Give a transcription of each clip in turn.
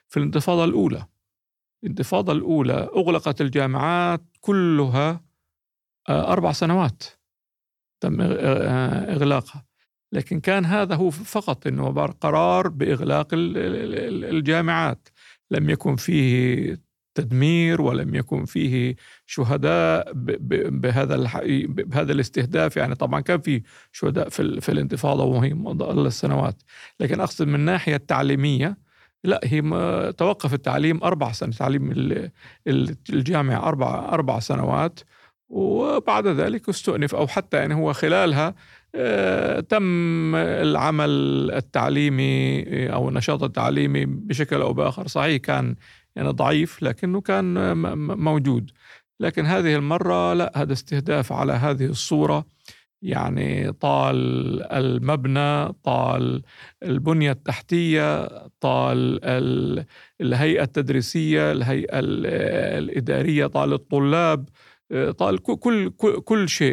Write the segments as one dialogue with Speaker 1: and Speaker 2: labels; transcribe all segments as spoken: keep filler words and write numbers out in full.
Speaker 1: في الانتفاضة الأولى. الانتفاضة الأولى أغلقت الجامعات كلها أربع سنوات تم إغلاقها، لكن كان هذا هو فقط إنه قرار بإغلاق الجامعات، لم يكن فيه تدمير ولم يكن فيه شهداء بهذا بهذا الاستهداف. يعني طبعا كان في شهداء في, في الانتفاضة وهي مضى السنوات، لكن أقصد من الناحية التعليمية لا، هي توقف التعليم أربع سنوات، تعليم الجامعة أربع أربع سنوات، وبعد ذلك استؤنف، أو حتى يعني هو خلالها تم العمل التعليمي أو النشاط التعليمي بشكل أو بآخر. صحيح كان يعني ضعيف لكنه كان موجود، لكن هذه المرة لا، هذا استهداف على هذه الصورة، يعني طال المبنى، طال البنية التحتية، طال الهيئة التدريسية، الهيئة الإدارية، طال الطلاب، طال كل كل كل شيء.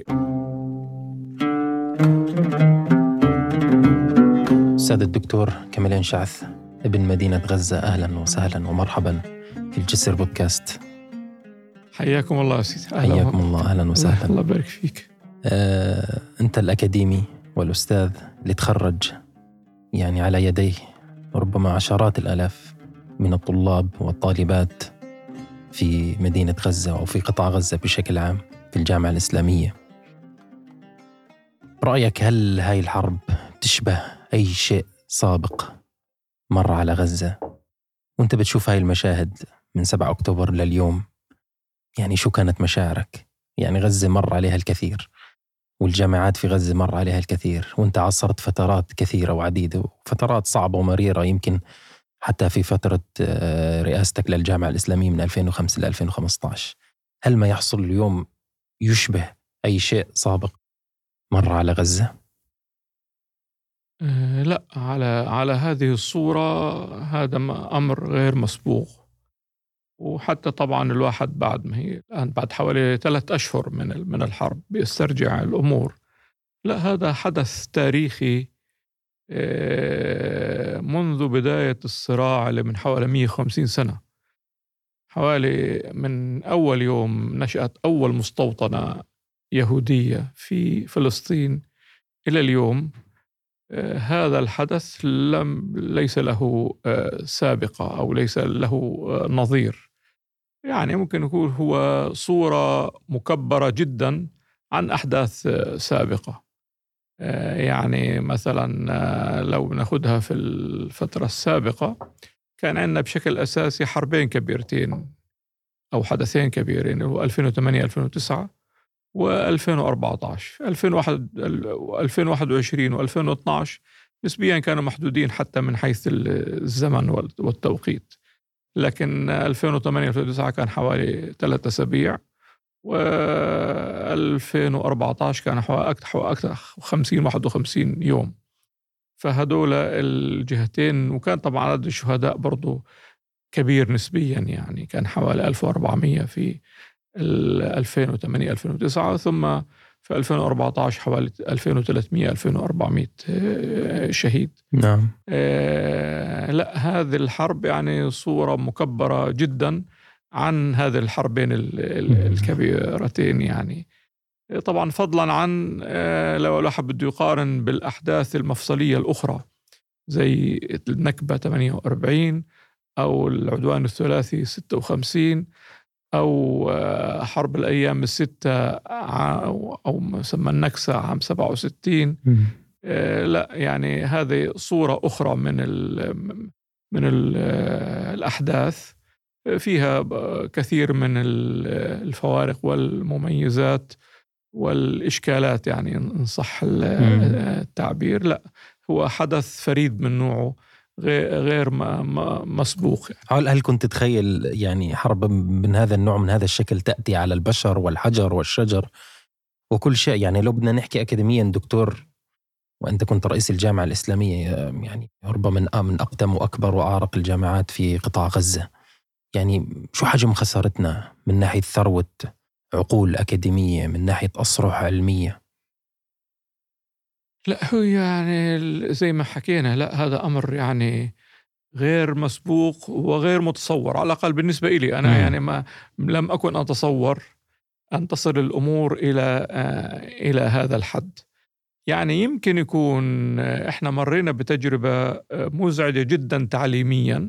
Speaker 2: أستاذ الدكتور كمالين شعث ابن مدينة غزة، أهلا وسهلا ومرحبا في الجسر بودكاست.
Speaker 1: حياكم الله سيدي.
Speaker 2: حياكم الله، أهلا وسهلا.
Speaker 1: الله يبارك فيك.
Speaker 2: آه، أنت الأكاديمي والأستاذ اللي تخرج يعني على يديه ربما عشرات الآلاف من الطلاب والطالبات في مدينة غزة أو في قطاع غزة بشكل عام في الجامعة الإسلامية. رأيك، هل هاي الحرب تشبه أي شيء سابق مر على غزة؟ وأنت بتشوف هاي المشاهد من سبعة أكتوبر لليوم، يعني شو كانت مشاعرك؟ يعني غزة مر عليها الكثير، والجامعات في غزة مر عليها الكثير، وأنت عصرت فترات كثيرة وعديدة، وفترات صعبة ومريرة، يمكن حتى في فترة رئاستك للجامعة الإسلامية من ألفين وخمسة ل ألفين وخمسة عشر. هل ما يحصل اليوم يشبه أي شيء سابق مر على غزة؟
Speaker 1: أه لا، على على هذه الصورة هذا أمر غير مسبوق. وحتى طبعا الواحد بعد ما هي الآن بعد حوالي ثلاث أشهر من من الحرب بيسترجع الأمور، لا، هذا حدث تاريخي منذ بداية الصراع اللي من حوالي مئة وخمسين سنة، حوالي من أول يوم نشأت أول مستوطنة يهودية في فلسطين إلى اليوم. هذا الحدث لم ليس له سابقة أو ليس له نظير. يعني ممكن يكون هو صورة مكبرة جدا عن أحداث سابقة. يعني مثلا لو ناخدها في الفترة السابقة، كان عندنا بشكل أساسي حربين كبيرتين أو حدثين كبيرين، هو ألفين وثمانية ألفين وتسعة وألفين وأربعة عشر. ألفين وواحد وعشرين وألفين واثني عشر نسبيا كانوا محدودين حتى من حيث الزمن والتوقيت، لكن ألفين وثمانية ألفين وتسعة كان حوالي ثلاثة أسابيع، و2014 كان حوالي أكثر خمسين واحد وخمسين يوم. فهدول الجهتين، وكان طبعا عدد الشهداء برضو كبير نسبيا، يعني كان حوالي ألف وأربعمئة في ألفين وثمانية ألفين وتسعة، ثم في ألفين وأربعة عشر حوالي ألفين وثلاثمئة ألفين وأربعمئة شهيد.
Speaker 2: نعم.
Speaker 1: آه لا، هذه الحرب يعني صورة مكبرة جدا عن هذه الحربين الكبيرتين. يعني طبعا فضلا عن آه لو الواحد بده يقارن بالأحداث المفصلية الأخرى زي النكبة ثمانية وأربعين أو العدوان الثلاثي ستة وخمسين أو حرب الأيام الستة أو مسمى النكسة عام سبعة وستين. لا، يعني هذه صورة أخرى من ال من ال الأحداث، فيها كثير من الفوارق والمميزات والإشكالات، يعني إن صح التعبير. لا، هو حدث فريد من نوعه، غير مسبوق.
Speaker 2: يعني. هل كنت تتخيل يعني حرب من هذا النوع من هذا الشكل تأتي على البشر والحجر والشجر وكل شيء؟ يعني لو بدنا نحكي أكاديميا دكتور، وأنت كنت رئيس الجامعة الإسلامية، يعني ربما من أقدم وأكبر وأعرق الجامعات في قطاع غزة، يعني شو حجم خسارتنا من ناحية ثروة عقول أكاديمية، من ناحية أصرح علمية؟
Speaker 1: لا، هو يعني زي ما حكينا، لا، هذا أمر يعني غير مسبوق وغير متصور، على الأقل بالنسبة إلي أنا.
Speaker 2: مم.
Speaker 1: يعني ما لم أكن أتصور أن تصل الأمور إلى إلى هذا الحد. يعني يمكن يكون إحنا مرينا بتجربة مزعجة جدا تعليميا،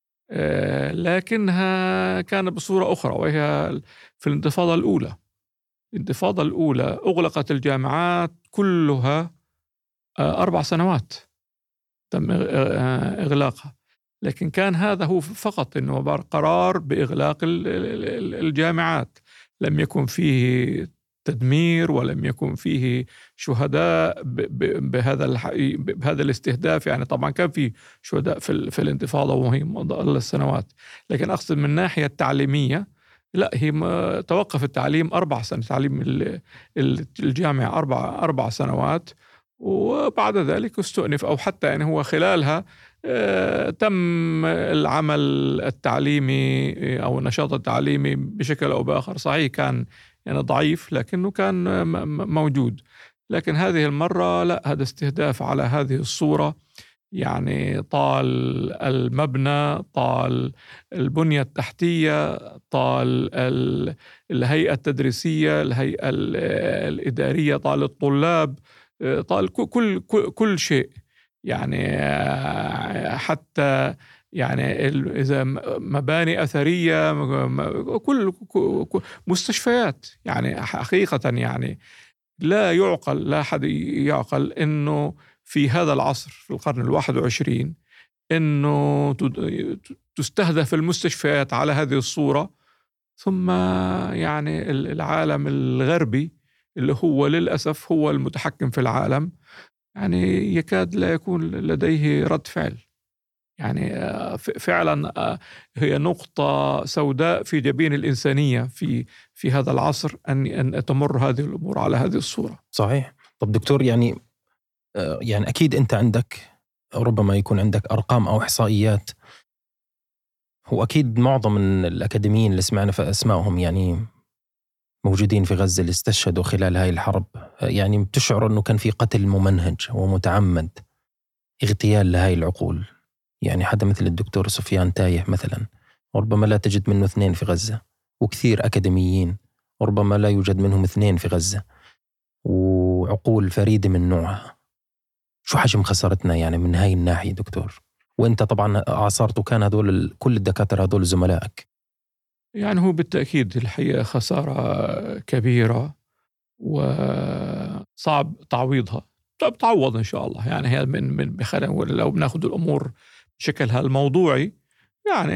Speaker 1: لكنها كانت بصورة أخرى، وهي في الانتفاضة الأولى. الانتفاضة الأولى أغلقت الجامعات كلها أربع سنوات تم إغلاقها، لكن كان هذا هو فقط إنه قرار بإغلاق الجامعات، لم يكن فيه تدمير ولم يكن فيه شهداء بهذا بهذا الاستهداف. يعني طبعا كان في شهداء في, في الانتفاضة وهي مضى السنوات، لكن أقصد من الناحية التعليمية لا، هي توقف التعليم أربع سنوات، تعليم الجامعة أربع أربع سنوات، وبعد ذلك استؤنف، أو حتى يعني هو خلالها تم العمل التعليمي أو النشاط التعليمي بشكل أو بآخر. صحيح كان يعني ضعيف لكنه كان موجود، لكن هذه المرة لا، هذا استهداف على هذه الصورة. يعني طال المبنى، طال البنية التحتية، طال الهيئة التدريسية، الهيئة الإدارية، طال الطلاب، طال كل كل كل شيء. يعني حتى يعني إذا مباني أثرية، كل مستشفيات. يعني حقيقة يعني لا يعقل، لا أحد يعقل إنه في هذا العصر في القرن الواحد والعشرين إنه تستهدف المستشفيات على هذه الصورة. ثم يعني العالم الغربي اللي هو للأسف هو المتحكم في العالم، يعني يكاد لا يكون لديه رد فعل. يعني فعلا هي نقطة سوداء في جبين الإنسانية في في هذا العصر أن أن تمر هذه الأمور على هذه الصورة.
Speaker 2: صحيح. طب دكتور، يعني يعني أكيد أنت عندك، ربما يكون عندك أرقام أو إحصائيات، وأكيد معظم من الأكاديميين اللي سمعنا في أسمائهم يعني موجودين في غزة اللي استشهدوا خلال هاي الحرب، يعني بتشعر أنه كان في قتل ممنهج ومتعمد، اغتيال لهاي العقول. يعني حدا مثل الدكتور سفيان تايه مثلا، ربما لا تجد منه اثنين في غزة، وكثير أكاديميين ربما لا يوجد منهم اثنين في غزة، وعقول فريدة من نوعها. شو حجم خسارتنا يعني من هاي الناحية دكتور؟ وانت طبعا عاصرت، وكان هذول كل الدكاترة هذول زملائك.
Speaker 1: يعني هو بالتأكيد الحقيقة خسارة كبيرة وصعب تعويضها. طب تعوض إن شاء الله. يعني هي من من بخلال لو بناخذ الأمور بشكلها الموضوعي، يعني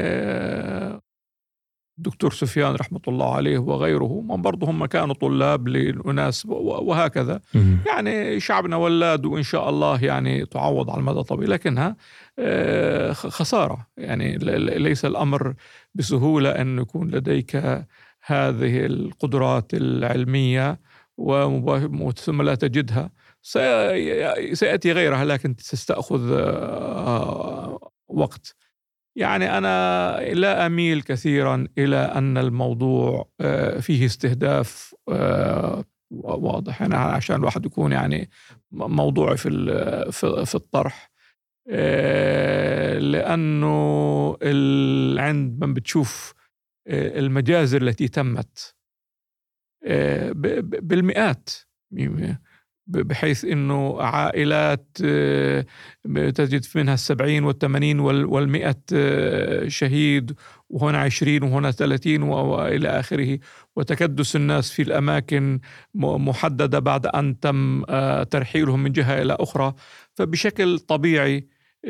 Speaker 1: الدكتور سفيان رحمة الله عليه وغيره من برضه هم كانوا طلاب للأناس وهكذا. يعني شعبنا ولاد، وإن شاء الله يعني تعوض على المدى الطويل، لكنها خسارة. يعني ليس الأمر بسهولة أن يكون لديك هذه القدرات العلمية ثم لا تجدها. سيأتي غيرها لكن ستأخذ وقت. يعني أنا لا أميل كثيرا إلى أن الموضوع فيه استهداف واضح. أنا عشان الواحد يكون يعني موضوعي في في الطرح، لأنه عند من بتشوف المجازر التي تمت بالمئات، بحيث أنه عائلات تجد منها السبعين والثمانين والمئة شهيد، وهنا عشرين وهنا ثلاثين وإلى آخره، وتكدس الناس في الأماكن محددة بعد أن تم ترحيلهم من جهة إلى أخرى. فبشكل طبيعي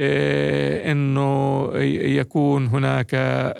Speaker 1: أنه يكون هناك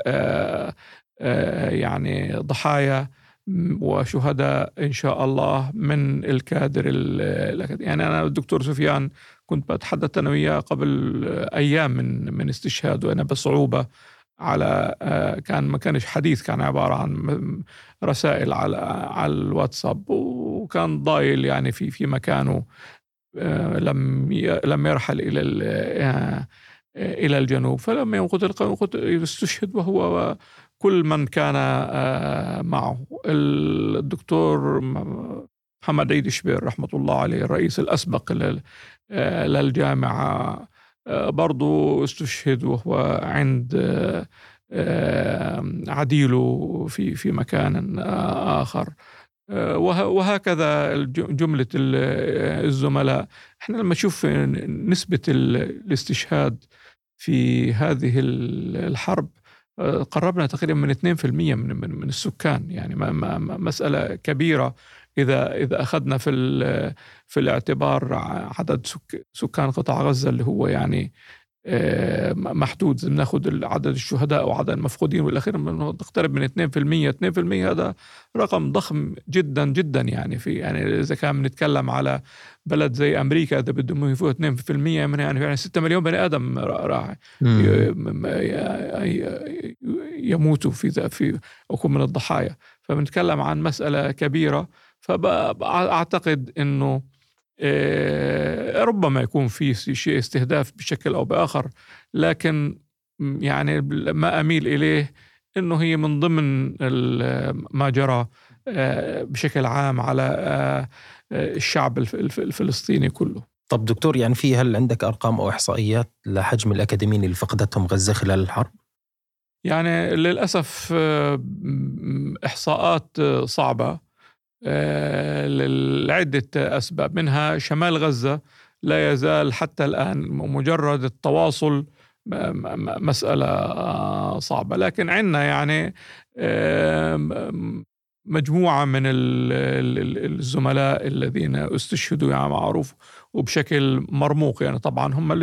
Speaker 1: يعني ضحايا وشهداء إن شاء الله من الكادر. يعني أنا الدكتور سفيان كنت بتحدث أنا وياه قبل أيام من من استشهاد، وأنا بصعوبة على كان ما كانش حديث، كان عبارة عن رسائل على على الواتساب، وكان ضايل يعني في في مكانه، لم لم يرحل إلى إلى الجنوب. فلما قتل استشهد وهو كل من كان معه. الدكتور محمد عيد شبير رحمة الله عليه، الرئيس الأسبق للجامعة، برضو استشهد وهو عند عديله في في مكان آخر. وهكذا جملة الزملاء. احنا لما نشوف نسبة الاستشهاد في هذه الحرب قربنا تقريبا من اثنين بالمئة من من من السكان، يعني مسألة كبيرة إذا إذا أخذنا في في الاعتبار عدد سكان قطاع غزة اللي هو يعني محدود. ناخذ عدد الشهداء وعدد المفقودين والأخير نقترب من اثنين بالمئة. اثنين بالمئة هذا رقم ضخم جدا جدا، يعني في يعني إذا كان بنتكلم على بلد زي أمريكا إذا بدهم يفوتوا اثنين بالمئة من يعني يعني ستة مليون بني آدم راح يموتوا في في أو يكون من الضحايا، فبنتكلم عن مسألة كبيرة. فأعتقد إنه ربما يكون في شيء استهداف بشكل أو بآخر، لكن يعني ما أميل إليه إنه هي من ضمن ما جرى بشكل عام على الشعب الفلسطيني كله.
Speaker 2: طب دكتور، يعني في هل عندك أرقام أو إحصائيات لحجم الأكاديميين اللي فقدتهم غزة خلال الحرب؟
Speaker 1: يعني للأسف إحصاءات صعبة لعدة أسباب، منها شمال غزة لا يزال حتى الآن مجرد التواصل مسألة صعبة، لكن عندنا يعني مجموعة من الزملاء الذين استشهدوا يعني معروف وبشكل مرموق. يعني طبعا هم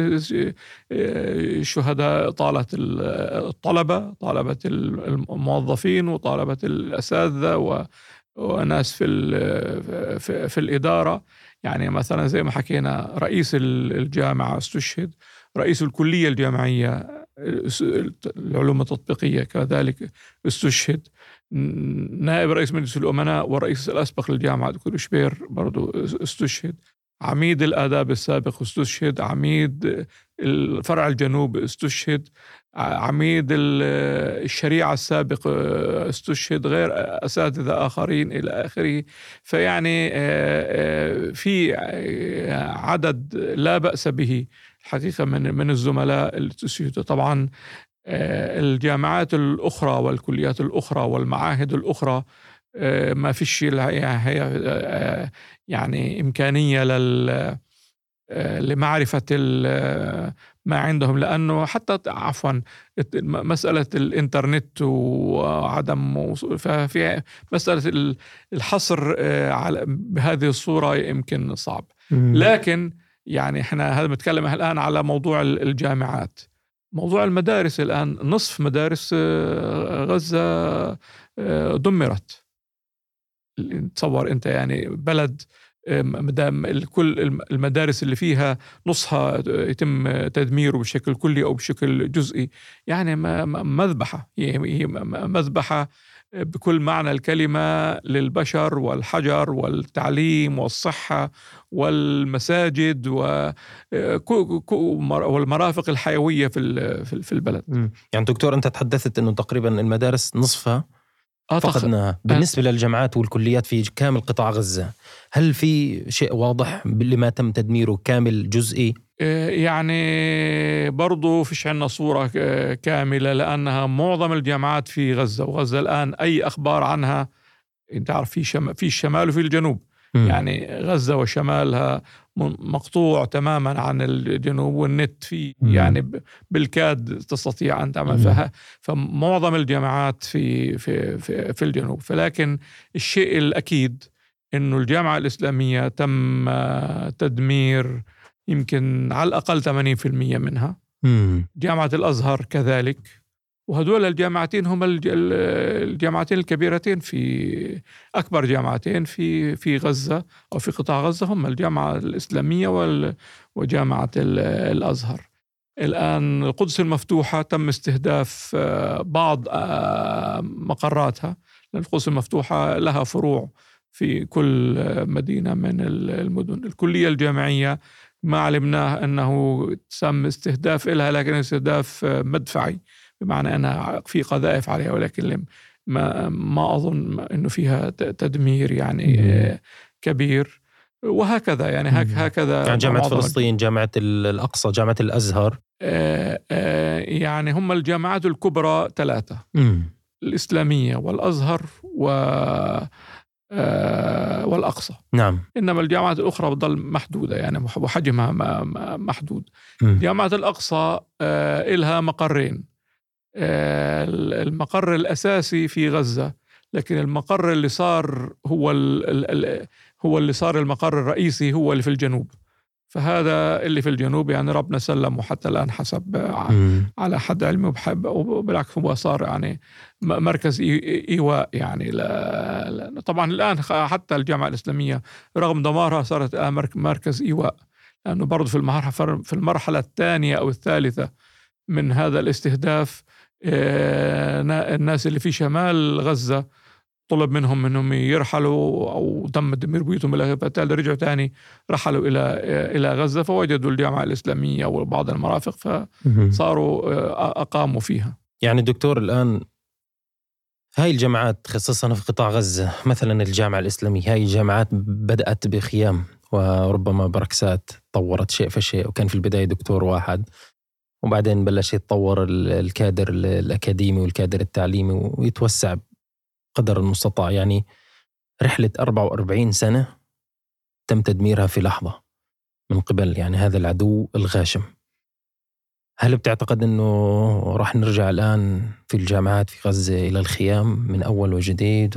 Speaker 1: الشهداء طالة الطلبة، طالبة الموظفين، وطالبة الأساتذة و وناس في في, في الإدارة. يعني مثلا زي ما حكينا رئيس الجامعة استشهد، رئيس الكلية الجامعية العلوم التطبيقية كذلك استشهد، نائب رئيس مجلس الأمناء والرئيس الأسبق للجامعة دكتور شبير برضو استشهد، عميد الآداب السابق استشهد، عميد الفرع الجنوب استشهد، عميد الشريعة السابق استشهد، غير أساتذة آخرين إلى آخره. فيعني في عدد لا بأس به الحقيقة من من الزملاء اللي استشهدوا. طبعا الجامعات الأخرى والكليات الأخرى والمعاهد الأخرى ما فيش يعني إمكانية لل لمعرفة ما عندهم، لأنه حتى عفوا مسألة الإنترنت وعدم، ففي مسألة الحصر بهذه الصورة يمكن صعب. لكن يعني احنا هذا بنتكلم الآن على موضوع الجامعات. موضوع المدارس الآن نصف مدارس غزة دمرت. تصور أنت يعني بلد مدام كل المدارس اللي فيها نصها يتم تدميره بشكل كلي أو بشكل جزئي، يعني مذبحة، هي مذبحة بكل معنى الكلمة للبشر والحجر والتعليم والصحة والمساجد والمرافق الحيوية في في البلد.
Speaker 2: يعني دكتور أنت تحدثت أنه تقريبا المدارس نصفها فقدناها. بالنسبة للجامعات والكليات في كامل قطاع غزة، هل في شيء واضح لما تم تدميره كامل جزئي؟
Speaker 1: يعني برضو فيش عنا صورة كاملة، لأنها معظم الجامعات في غزة، وغزة الآن أي أخبار عنها أنت عارف في شم... في الشمال وفي الجنوب. م. يعني غزة وشمالها مقطوع تماما عن الجنوب، والنت في يعني بالكاد تستطيع أن تعمل فيها. فمعظم الجامعات في في في في الجنوب. فلكن الشيء الأكيد إنه الجامعة الإسلامية تم تدمير يمكن على الأقل ثمانين بالمئة منها. مم. جامعة الأزهر كذلك، وهدول الجامعتين هم الجامعتين الكبيرتين في أكبر جامعتين في في غزة أو في قطاع غزة، هم الجامعة الإسلامية وجامعة الأزهر. الآن القدس المفتوحة تم استهداف بعض مقراتها، لأن القدس المفتوحة لها فروع في كل مدينة من المدن. الكلية الجامعية ما علمناه أنه تم استهداف إلها، لكن استهداف مدفعي، بمعنى أنها في قذائف عليها، ولكن ما, ما أظن أنه فيها تدمير يعني كبير. وهكذا يعني هك هكذا
Speaker 2: يعني جامعة فلسطين، جامعة الأقصى، جامعة الأزهر.
Speaker 1: آه آه يعني هم الجامعات الكبرى ثلاثة، الإسلامية والأزهر و آه والأقصى.
Speaker 2: نعم.
Speaker 1: إنما الجامعات الأخرى بتضل محدودة يعني وحجمها محدود.
Speaker 2: م.
Speaker 1: جامعة الأقصى آه إلها مقرين، آه المقر الأساسي في غزة، لكن المقر اللي صار هو ال ال هو اللي صار المقر الرئيسي هو اللي في الجنوب. فهذا اللي في الجنوب يعني ربنا سلم، وحتى الآن حسب على حد علمي وبحب، وبالعكس هو صار يعني مركز إيواء يعني. لا طبعا الآن حتى الجامعة الإسلامية رغم دمارها صارت مركز إيواء، لأنه برضو في المرحلة في المرحلة الثانية أو الثالثة من هذا الاستهداف الناس اللي في شمال غزة طلب منهم انهم يرحلوا او تم تدمير بيوتهم الى غزة، رجعوا تاني رحلوا الى الى غزة، فوجدوا الجامعة الإسلامية وبعض المرافق فصاروا اقاموا فيها.
Speaker 2: يعني دكتور الان هاي الجامعات خصوصا في قطاع غزة، مثلا الجامعة الإسلامية، هاي الجامعات بدأت بخيام وربما بركسات، طورت شيء فشيء، وكان في البداية دكتور واحد، وبعدين بلش يتطور الكادر الأكاديمي والكادر التعليمي ويتوسع قدر المستطاع. يعني رحلة أربعة وأربعين سنة تم تدميرها في لحظة من قبل يعني هذا العدو الغاشم. هل بتعتقد أنه راح نرجع الآن في الجامعات في غزة إلى الخيام من أول وجديد؟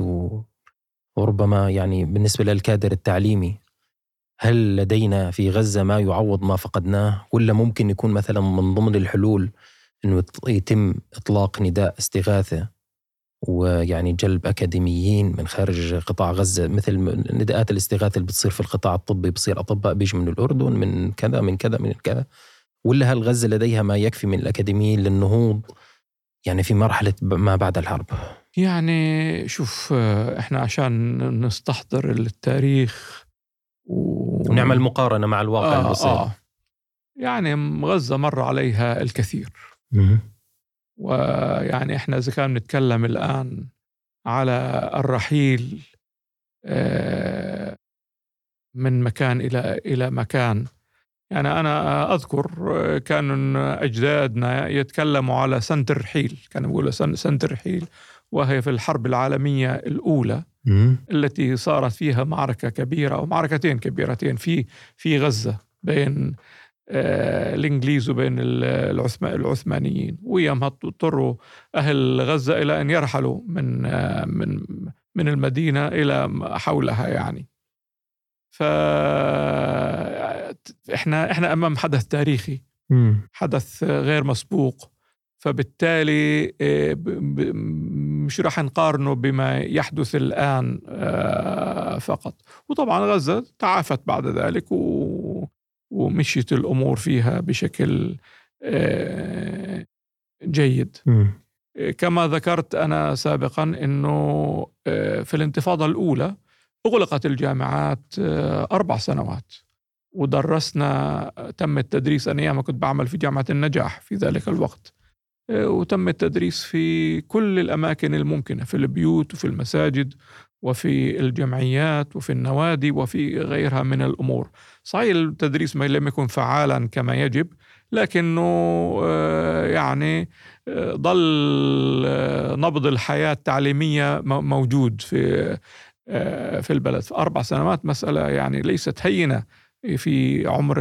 Speaker 2: وربما يعني بالنسبة للكادر التعليمي، هل لدينا في غزة ما يعوض ما فقدناه، ولا ممكن يكون مثلا من ضمن الحلول أنه يتم إطلاق نداء استغاثة ويعني جلب أكاديميين من خارج قطاع غزة، مثل نداءات الاستغاثة اللي بتصير في القطاع الطبي، بصير أطباء بيجوا من الأردن من كذا من كذا من كذا، ولا هل غزة لديها ما يكفي من الأكاديميين للنهوض يعني في مرحلة ما بعد الحرب؟
Speaker 1: يعني شوف إحنا عشان نستحضر التاريخ و...
Speaker 2: ونعمل مقارنة مع الواقع
Speaker 1: آه
Speaker 2: اللي بصير.
Speaker 1: آه يعني غزة مر عليها الكثير، ويعني إحنا إذا كان نتكلم الآن على الرحيل من مكان إلى إلى مكان، يعني أنا أذكر كانوا أجدادنا يتكلموا على سنة الرحيل، كانوا يقولوا سنة الرحيل، وهي في الحرب العالمية الأولى
Speaker 2: م-
Speaker 1: التي صارت فيها معركة كبيرة أو معركتين كبيرتين في في غزة بين الإنجليز وبين العثمانيين، ويومها اضطروا أهل غزة إلى أن يرحلوا من من من المدينة إلى حولها يعني. فإحنا إحنا أمام حدث تاريخي، حدث غير مسبوق، فبالتالي مش راح نقارنه بما يحدث الآن فقط. وطبعا غزة تعافت بعد ذلك ومشيت الأمور فيها بشكل جيد. كما ذكرت أنا سابقا أنه في الانتفاضة الأولى أغلقت الجامعات أربع سنوات، ودرسنا، تم التدريس، أنا أيام كنت بعمل في جامعة النجاح في ذلك الوقت، وتم التدريس في كل الأماكن الممكنة، في البيوت وفي المساجد وفي الجمعيات وفي النوادي وفي غيرها من الأمور. صحيح التدريس ما لم يكن فعالا كما يجب، لكنه يعني ظل نبض الحياة التعليمية موجود في في البلد. في أربع سنوات مسألة يعني ليست هينة في عمر.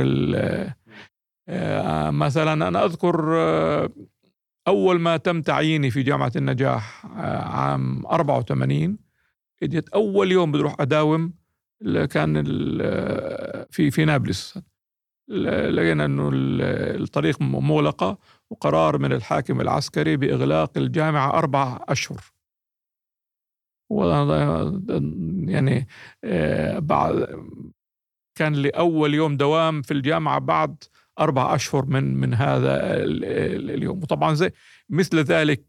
Speaker 1: مثلا أنا أذكر أول ما تم تعييني في جامعة النجاح عام أربعة وثمانين، إجت أول يوم بدروح أداوم، كان في في نابلس، لقينا إنه الطريق مغلقة وقرار من الحاكم العسكري بإغلاق الجامعة أربع أشهر. يعني بعد كان لأول يوم دوام في الجامعة بعد أربع أشهر من من هذا اليوم. وطبعا زي مثل ذلك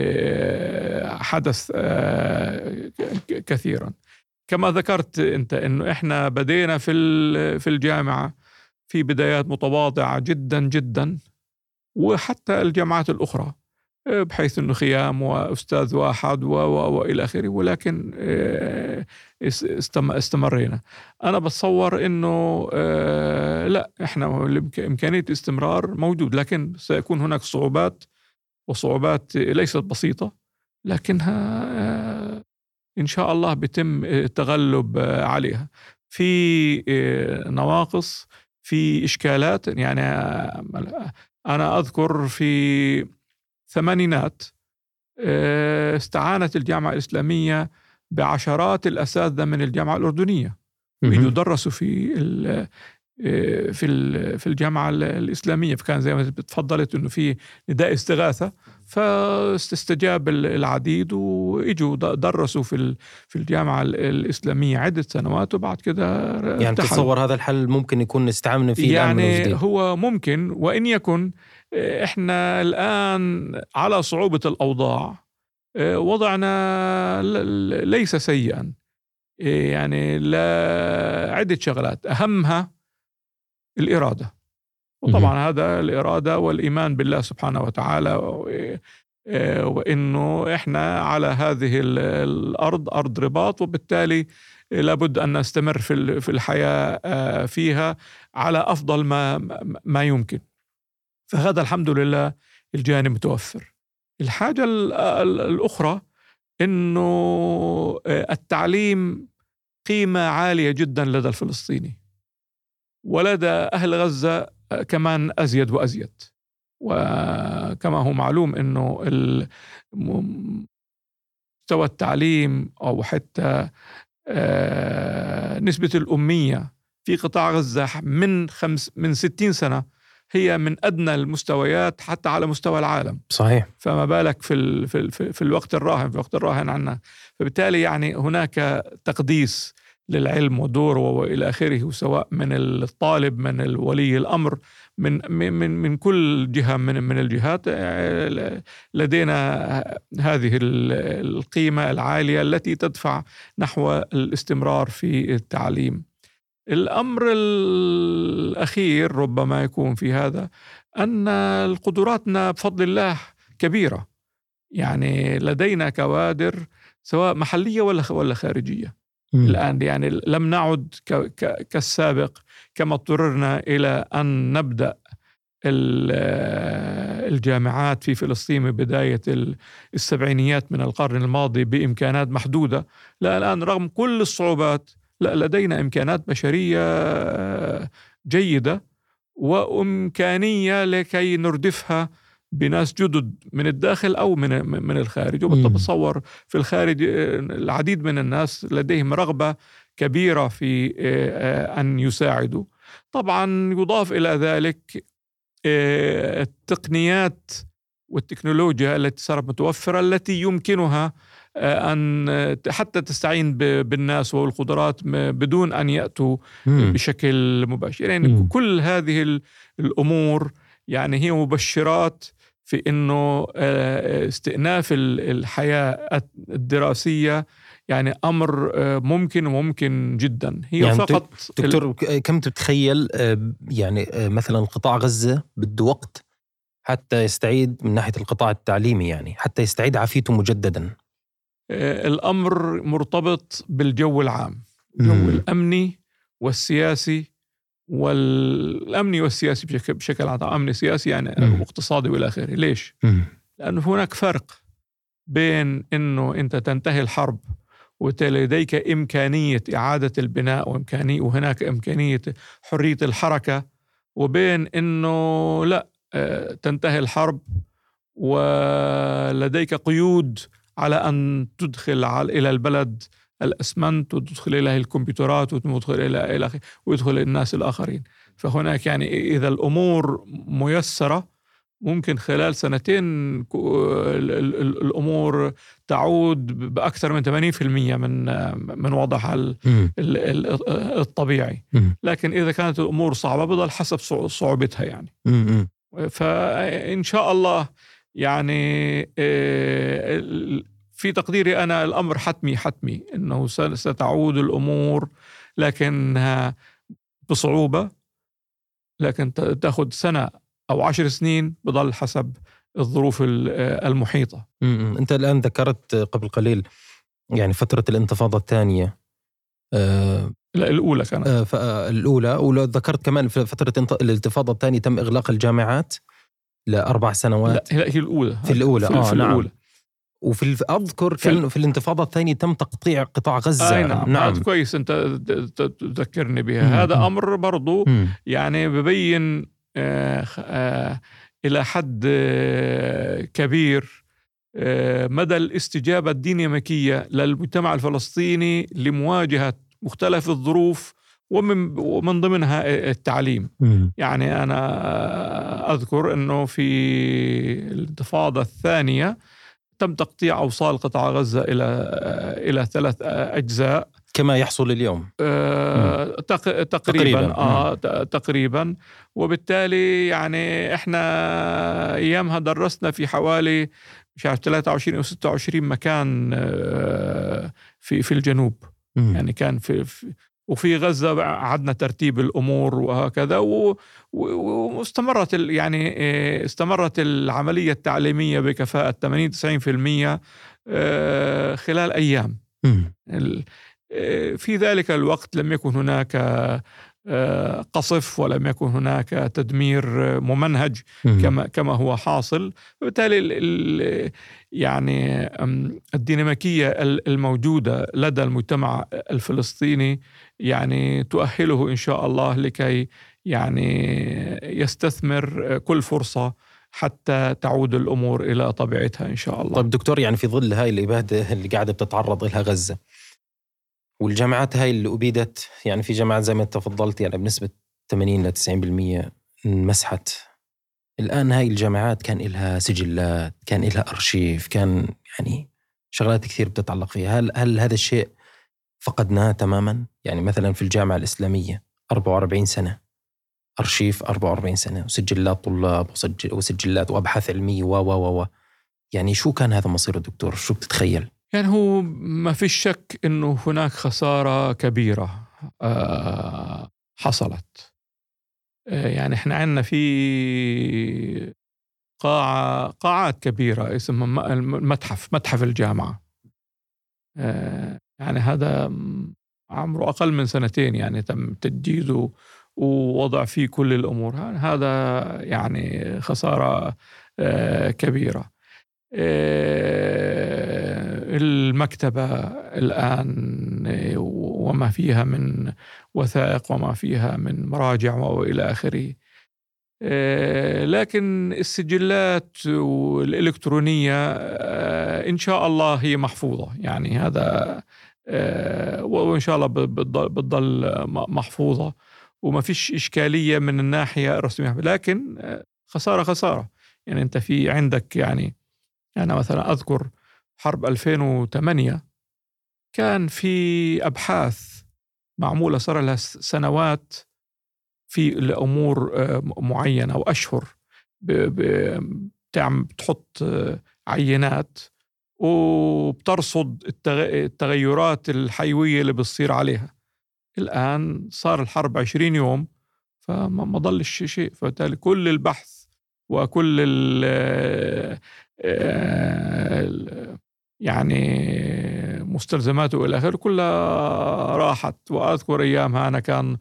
Speaker 1: حدث كثيرا. كما ذكرت أنت إنه إحنا بدينا في في الجامعة في بدايات متواضعة جدا جدا، وحتى الجامعات الأخرى بحيث أنه خيام وأستاذ واحد وإلى آخره، ولكن استمرينا. أنا بتصور أنه لا، إحنا إمكانية الاستمرار موجود، لكن سيكون هناك صعوبات، وصعوبات ليست بسيطة، لكنها إن شاء الله بيتم التغلب عليها. في نواقص، في إشكالات. يعني أنا أذكر في الثمانينات استعانت الجامعة الإسلامية بعشرات الأساتذة من الجامعة الأردنية، ويجوا درسوا في في في الجامعة الإسلامية. فكان زي ما تفضلت إنه في نداء استغاثة، فاستجاب العديد وإجوا درسوا في في الجامعة الإسلامية عدة سنوات، وبعد كده
Speaker 2: يعني تتصور هذا الحل ممكن يكون نستعمل فيه
Speaker 1: يعني هو ممكن، وإن يكن إحنا الآن على صعوبة الأوضاع وضعنا ليس سيئا، يعني لا، عدة شغلات أهمها الإرادة. وطبعا هذا الإرادة والإيمان بالله سبحانه وتعالى، وإنه إحنا على هذه الأرض أرض رباط، وبالتالي لابد أن نستمر في الحياة فيها على أفضل ما ما يمكن. فهذا الحمد لله الجانب متوفر. الحاجة الأخرى إنه التعليم قيمة عالية جدا لدى الفلسطيني، ولدى أهل غزة كمان أزيد وأزيد. وكما هو معلوم أنه مستوى التعليم أو حتى نسبة الأمية في قطاع غزة من خمس من ستين سنة هي من أدنى المستويات حتى على مستوى العالم.
Speaker 2: صحيح.
Speaker 1: فما بالك في في في الوقت الراهن في الوقت الراهن عنا. فبالتالي يعني هناك تقديس للعلم ودوره وإلى آخره، سواء من الطالب، من الولي الأمر، من من من كل جهة من من الجهات. لدينا هذه القيمة العالية التي تدفع نحو الاستمرار في التعليم. الأمر الأخير ربما يكون في هذا أن قدراتنا بفضل الله كبيرة، يعني لدينا كوادر سواء محلية ولا ولا خارجية. م. الآن يعني لم نعد كالسابق، كما اضطررنا إلى أن نبدأ الجامعات في فلسطين بداية السبعينيات من القرن الماضي بإمكانات محدودة. لا، الآن رغم كل الصعوبات لا، لدينا إمكانات بشرية جيدة وإمكانية لكي نردفها بناس جدد من الداخل أو من من الخارج. وبتصور في الخارج العديد من الناس لديهم رغبة كبيرة في أن يساعدوا. طبعا يضاف إلى ذلك التقنيات والتكنولوجيا التي صارت متوفرة، التي يمكنها أن حتى تستعين بالناس والقدرات بدون أن يأتوا مم. بشكل مباشر. يعني مم. كل هذه الأمور يعني هي مبشرات في أنه استئناف الحياة الدراسية يعني أمر ممكن وممكن جدا. هي يعني فقط
Speaker 2: دكتور ال... كم تتخيل يعني مثلا قطاع غزة بده وقت حتى يستعيد من ناحية القطاع التعليمي، يعني حتى يستعيد عافيته مجددا؟
Speaker 1: الأمر مرتبط بالجو العام، الجو مم. الأمني والسياسي، والأمني والسياسي بشكل, بشكل عام. أمني سياسي يعني مم. واقتصادي والى آخره. ليش؟ مم. لأنه هناك فرق بين أنه أنت تنتهي الحرب ولديك إمكانية إعادة البناء وإمكانية وهناك إمكانية حرية الحركة، وبين أنه لا، تنتهي الحرب ولديك قيود على أن تدخل إلى البلد الأسمنت وتدخل إليه الكمبيوترات وتدخل إلى إلى ويدخل الناس الآخرين. فهناك يعني إذا الأمور ميسرة ممكن خلال سنتين الأمور تعود بأكثر من ثمانين بالمئة من من وضعها الطبيعي. لكن إذا كانت الأمور صعبة بضل حسب صعوبتها يعني. فإن شاء الله يعني في تقديري أنا الأمر حتمي حتمي أنه ستعود الأمور، لكنها بصعوبة، لكن تأخذ سنة أو عشر سنين بضل حسب الظروف المحيطة.
Speaker 2: أنت الآن ذكرت قبل قليل يعني فترة الانتفاضة الثانية.
Speaker 1: آه لا الأولى كانت.
Speaker 2: آه الأولى، وذكرت كمان في فترة الانتفاضة الثانية تم إغلاق الجامعات لأربع سنوات.
Speaker 1: لا هي الأولى.
Speaker 2: في الأولى
Speaker 1: في,
Speaker 2: آه
Speaker 1: في
Speaker 2: نعم.
Speaker 1: الأولى.
Speaker 2: وفي أذكر كان في الانتفاضة الثانية تم تقطيع قطاع غزة.
Speaker 1: آه نعم. نعم. هذا كويس أنت تذكرني بها. مم. هذا أمر برضو مم. يعني ببين آه آه إلى حد آه كبير آه مدى الاستجابة الديناميكية للمجتمع الفلسطيني لمواجهة مختلف الظروف، ومن ومن ضمنها التعليم. مم. يعني أنا أذكر أنه في الانتفاضة الثانية تم تقطيع أوصال قطاع غزة إلى إلى ثلاث أجزاء
Speaker 2: كما يحصل اليوم.
Speaker 1: آه تق... تقريبا تقريبا, آه تقريبا. وبالتالي يعني إحنا أيامها درسنا في حوالي مش عارف ثلاثة وعشرين أو ستة وعشرين مكان آه في في الجنوب. مم. يعني كان في, في وفي غزة عدنا ترتيب الأمور وهكذا، واستمرت يعني استمرت العملية التعليمية بكفاءة ثمانين تسعين بالمئة خلال أيام. في ذلك الوقت لم يكن هناك قصف ولم يكن هناك تدمير ممنهج كما كما هو حاصل. وبالتالي يعني الديناميكية الموجودة لدى المجتمع الفلسطيني يعني تؤهله إن شاء الله لكي يعني يستثمر كل فرصة حتى تعود الأمور إلى طبيعتها إن شاء الله.
Speaker 2: طيب دكتور، يعني في ظل هاي الإبادة اللي قاعدة بتتعرض لها غزة والجامعات هاي اللي أبيدت، يعني في جامعات زي ما تفضلت يعني بنسبة ثمانين إلى تسعين بالمئة انمسحت. الآن هاي الجامعات كان إلها سجلات، كان إلها أرشيف، كان يعني شغلات كثير بتتعلق فيها. هل, هل هذا الشيء فقدناه تماما؟ يعني مثلا في الجامعة الإسلامية أربعة وأربعين سنة أرشيف، أربعة وأربعين سنة وسجلات طلاب وسجل وسجلات وأبحاث علمية و و و يعني شو كان هذا مصير الدكتور؟ شو بتتخيل؟
Speaker 1: يعني هو ما في شك إنه هناك خسارة كبيرة آه حصلت. آه يعني إحنا عندنا في قاعة قاعات كبيرة اسمها المتحف متحف الجامعة. آه يعني هذا عمره أقل من سنتين، يعني تم تجديده ووضع فيه كل الأمور. هذا يعني خسارة آه كبيرة. المكتبة الآن وما فيها من وثائق وما فيها من مراجع وإلى آخره. لكن السجلات الإلكترونية إن شاء الله هي محفوظة، يعني هذا وإن شاء الله بتضل محفوظة وما فيش إشكالية من الناحية الرسمية. لكن خسارة خسارة، يعني أنت في عندك يعني أنا مثلا أذكر حرب ألفين وثمانية كان في أبحاث معمولة صار لها سنوات في الأمور معينة أو أشهر، بتحط عينات وبترصد التغيرات الحيوية اللي بتصير عليها. الآن صار الحرب عشرين يوم فما ضلش شيء، فبالتالي كل البحث وكل ال يعني مستلزماته إلى آخره كلها راحت. وأذكر أيامها أنا كان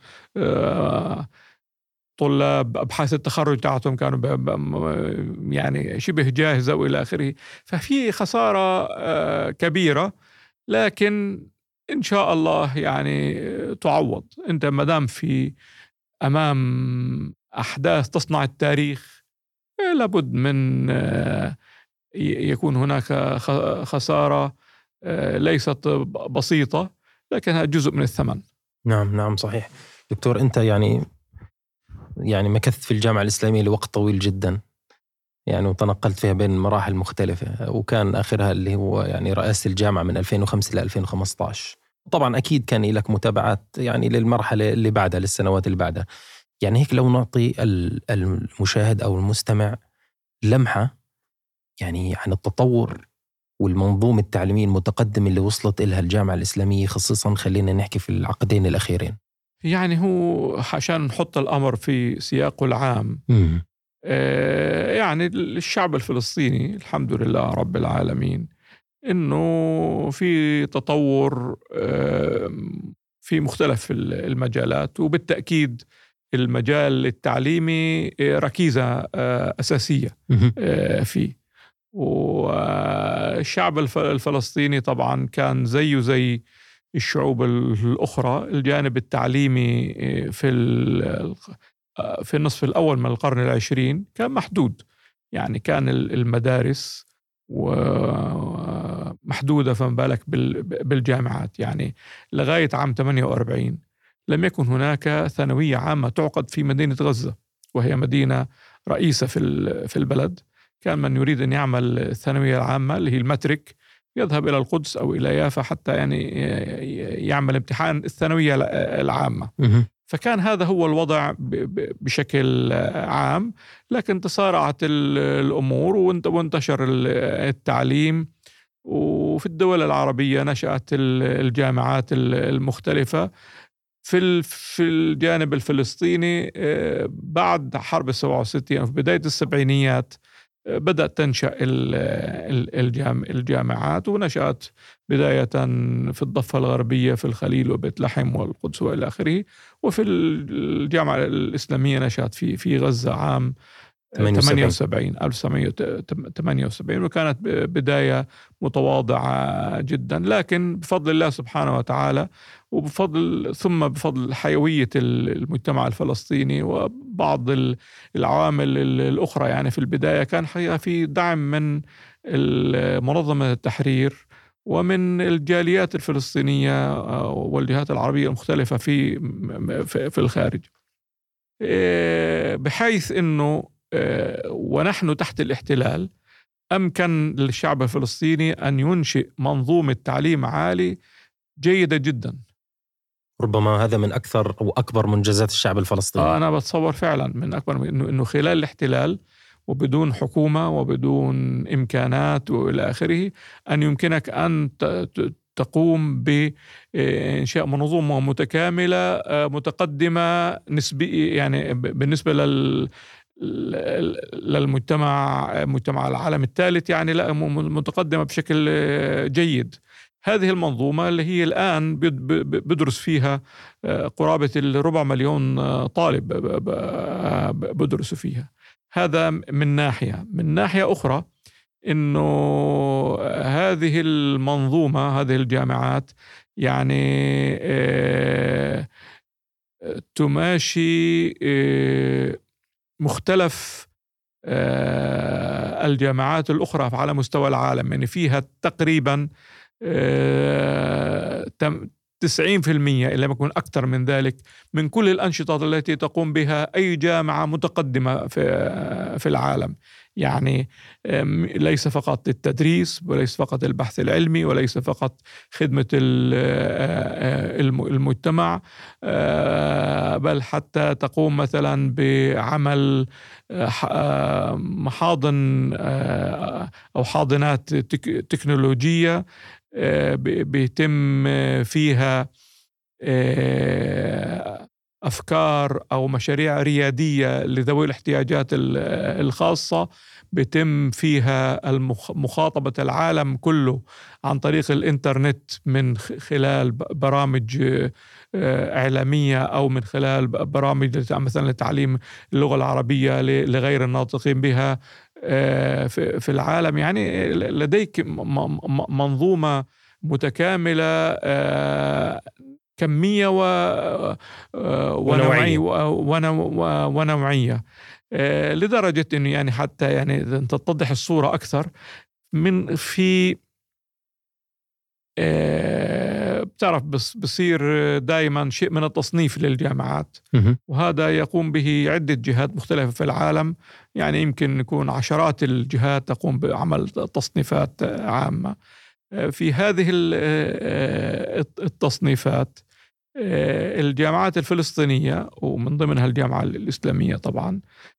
Speaker 1: طلاب أبحاث التخرج تاعتهم كانوا يعني شبه جاهزة وإلى آخره. ففي خسارة كبيرة، لكن إن شاء الله يعني تعوض. أنت مدام في أمام أحداث تصنع التاريخ لابد من يكون هناك خسارة ليست بسيطة، لكنها جزء من الثمن.
Speaker 2: نعم نعم صحيح. دكتور أنت يعني يعني مكثت في الجامعة الإسلامية لوقت طويل جدا، يعني وتنقلت فيها بين مراحل مختلفة، وكان آخرها اللي هو يعني رئاسة الجامعة من ألفين وخمسة إلى ألفين وخمسة عشر. طبعا أكيد كان لك متابعات يعني للمرحلة اللي بعدها، للسنوات اللي بعدها. يعني هيك لو نعطي المشاهد أو المستمع لمحة يعني عن التطور والمنظومة التعليمية المتقدمة اللي وصلت إلها الجامعة الإسلامية، خصيصا خلينا نحكي في العقدين الأخيرين.
Speaker 1: يعني هو عشان نحط الأمر في سياقه العام، يعني الشعب الفلسطيني الحمد لله رب العالمين إنه في تطور في مختلف المجالات، وبالتأكيد المجال التعليمي ركيزة أساسية فيه. والشعب الفلسطيني طبعا كان زيه زي الشعوب الأخرى، الجانب التعليمي في في النصف الأول من القرن العشرين كان محدود. يعني كان المدارس ومحدودة، فما بالك بالجامعات. يعني لغاية عام ثمانية وأربعين لم يكن هناك ثانوية عامة تعقد في مدينة غزة، وهي مدينة رئيسة في في البلد. كان من يريد أن يعمل الثانوية العامة اللي هي المترك يذهب إلى القدس أو إلى يافا حتى يعني يعمل امتحان الثانوية العامة. فكان هذا هو الوضع بشكل عام، لكن تسارعت الأمور وانتشر التعليم، وفي الدول العربية نشأت الجامعات المختلفة. في في الجانب الفلسطيني بعد حرب السبعة وستين في بداية السبعينيات بدأت تنشأ الجامعات، ونشأت بداية في الضفة الغربية في الخليل وبيت لحم والقدس وإلى آخره. وفي الجامعة الإسلامية نشأت في في غزة عام ثمانية وسبعين ألف وتسعمائة وثمانية وسبعين، وكانت بداية متواضعة جدا، لكن بفضل الله سبحانه وتعالى وبفضل ثم بفضل حيوية المجتمع الفلسطيني وبعض العوامل الأخرى. يعني في البداية كان في دعم من منظمة التحرير ومن الجاليات الفلسطينية والجهات العربية المختلفة في في الخارج، بحيث أنه ونحن تحت الاحتلال أمكن للشعب الفلسطيني أن ينشئ منظومة تعليم عالي جيدة جدا.
Speaker 2: ربما هذا من أكثر أو أكبر منجزات الشعب الفلسطيني.
Speaker 1: آه أنا بتصور فعلا من أكبر، إنه إنه خلال الاحتلال وبدون حكومة وبدون إمكانات وإلى آخره أن يمكنك أن تقوم بإنشاء منظومة متكاملة متقدمة نسبيا، يعني بالنسبة لل للمجتمع مجتمع العالم الثالث، يعني لا متقدمة بشكل جيد. هذه المنظومة اللي هي الآن بدرس فيها قرابة الربع مليون طالب بدرسوا فيها. هذا من ناحية. من ناحية أخرى إنه هذه المنظومة هذه الجامعات يعني تماشي مختلف الجامعات الأخرى على مستوى العالم. يعني فيها تقريبا تسعين بالمئة إن لم يكن أكثر من ذلك من كل الأنشطة التي تقوم بها أي جامعة متقدمة في في العالم. يعني ليس فقط التدريس وليس فقط البحث العلمي وليس فقط خدمة المجتمع، بل حتى تقوم مثلا بعمل محاضن أو حاضنات تكنولوجية بيتم فيها أفكار أو مشاريع ريادية لذوي الاحتياجات الخاصة، بيتم فيها مخاطبة العالم كله عن طريق الإنترنت من خلال برامج إعلامية أو من خلال برامج مثلا لتعليم اللغة العربية لغير الناطقين بها في العالم. يعني لديك منظومة متكاملة كمية ونوعية ونوعية لدرجة إنه يعني حتى يعني تتضح الصورة أكثر من في بتعرف بس بصير دائما شيء من التصنيف للجامعات، وهذا يقوم به عدة جهات مختلفة في العالم. يعني يمكن يكون عشرات الجهات تقوم بعمل تصنيفات عامة. في هذه التصنيفات الجامعات الفلسطينية ومن ضمنها الجامعة الإسلامية طبعا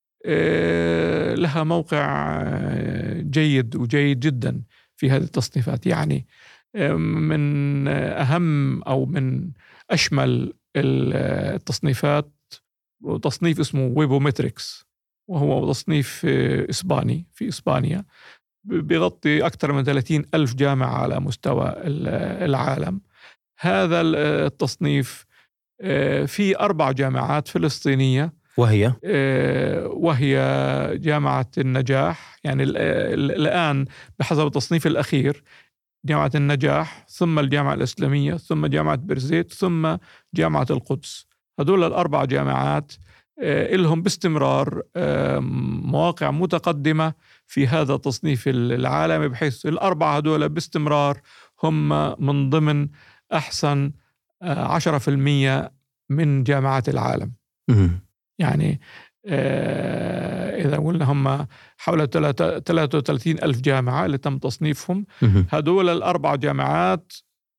Speaker 1: لها موقع جيد وجيد جدا في هذه التصنيفات. يعني من أهم أو من أشمل التصنيفات تصنيف اسمه ويبومتريكس. وهو تصنيف إسباني في إسبانيا، بيغطي أكثر من ثلاثين ألف جامعة على مستوى العالم. هذا التصنيف في أربع جامعات فلسطينية،
Speaker 2: وهي
Speaker 1: وهي جامعة النجاح، يعني الآن بحسب التصنيف الأخير جامعة النجاح، ثم الجامعة الإسلامية، ثم جامعة بيرزيت، ثم جامعة القدس. هذول الأربع جامعات إلهم باستمرار مواقع متقدمة في هذا التصنيف العالمي، بحيث الأربعة هذول باستمرار هم من ضمن أحسن عشرة في المية من جامعات العالم. يعني إذا قلنا هم حول ثلاثة وثلاثين ألف جامعة اللي تم تصنيفهم، هذول الأربع جامعات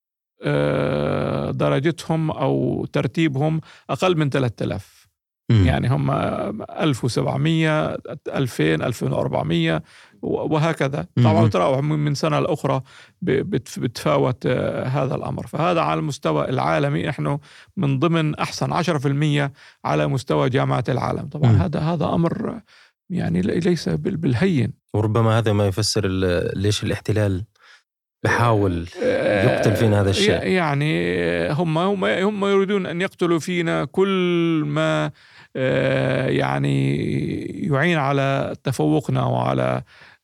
Speaker 1: درجتهم أو ترتيبهم أقل من ثلاثة آلاف. يعني هم ألف وسبعمية، ألفين، ألفين وأربعمية وهكذا. طبعا تراوح من سنة لأخرى بتفاوت هذا الأمر. فهذا على المستوى العالمي نحن من ضمن أحسن عشرة في المية على مستوى جامعات العالم. طبعا م. هذا هذا أمر يعني ليس بالهين.
Speaker 2: وربما هذا ما يفسر ليش الاحتلال بحاول يقتل فينا هذا الشيء.
Speaker 1: يعني هم هم هم يريدون أن يقتلوا فينا كل ما يعني يعين على تفوقنا وعلى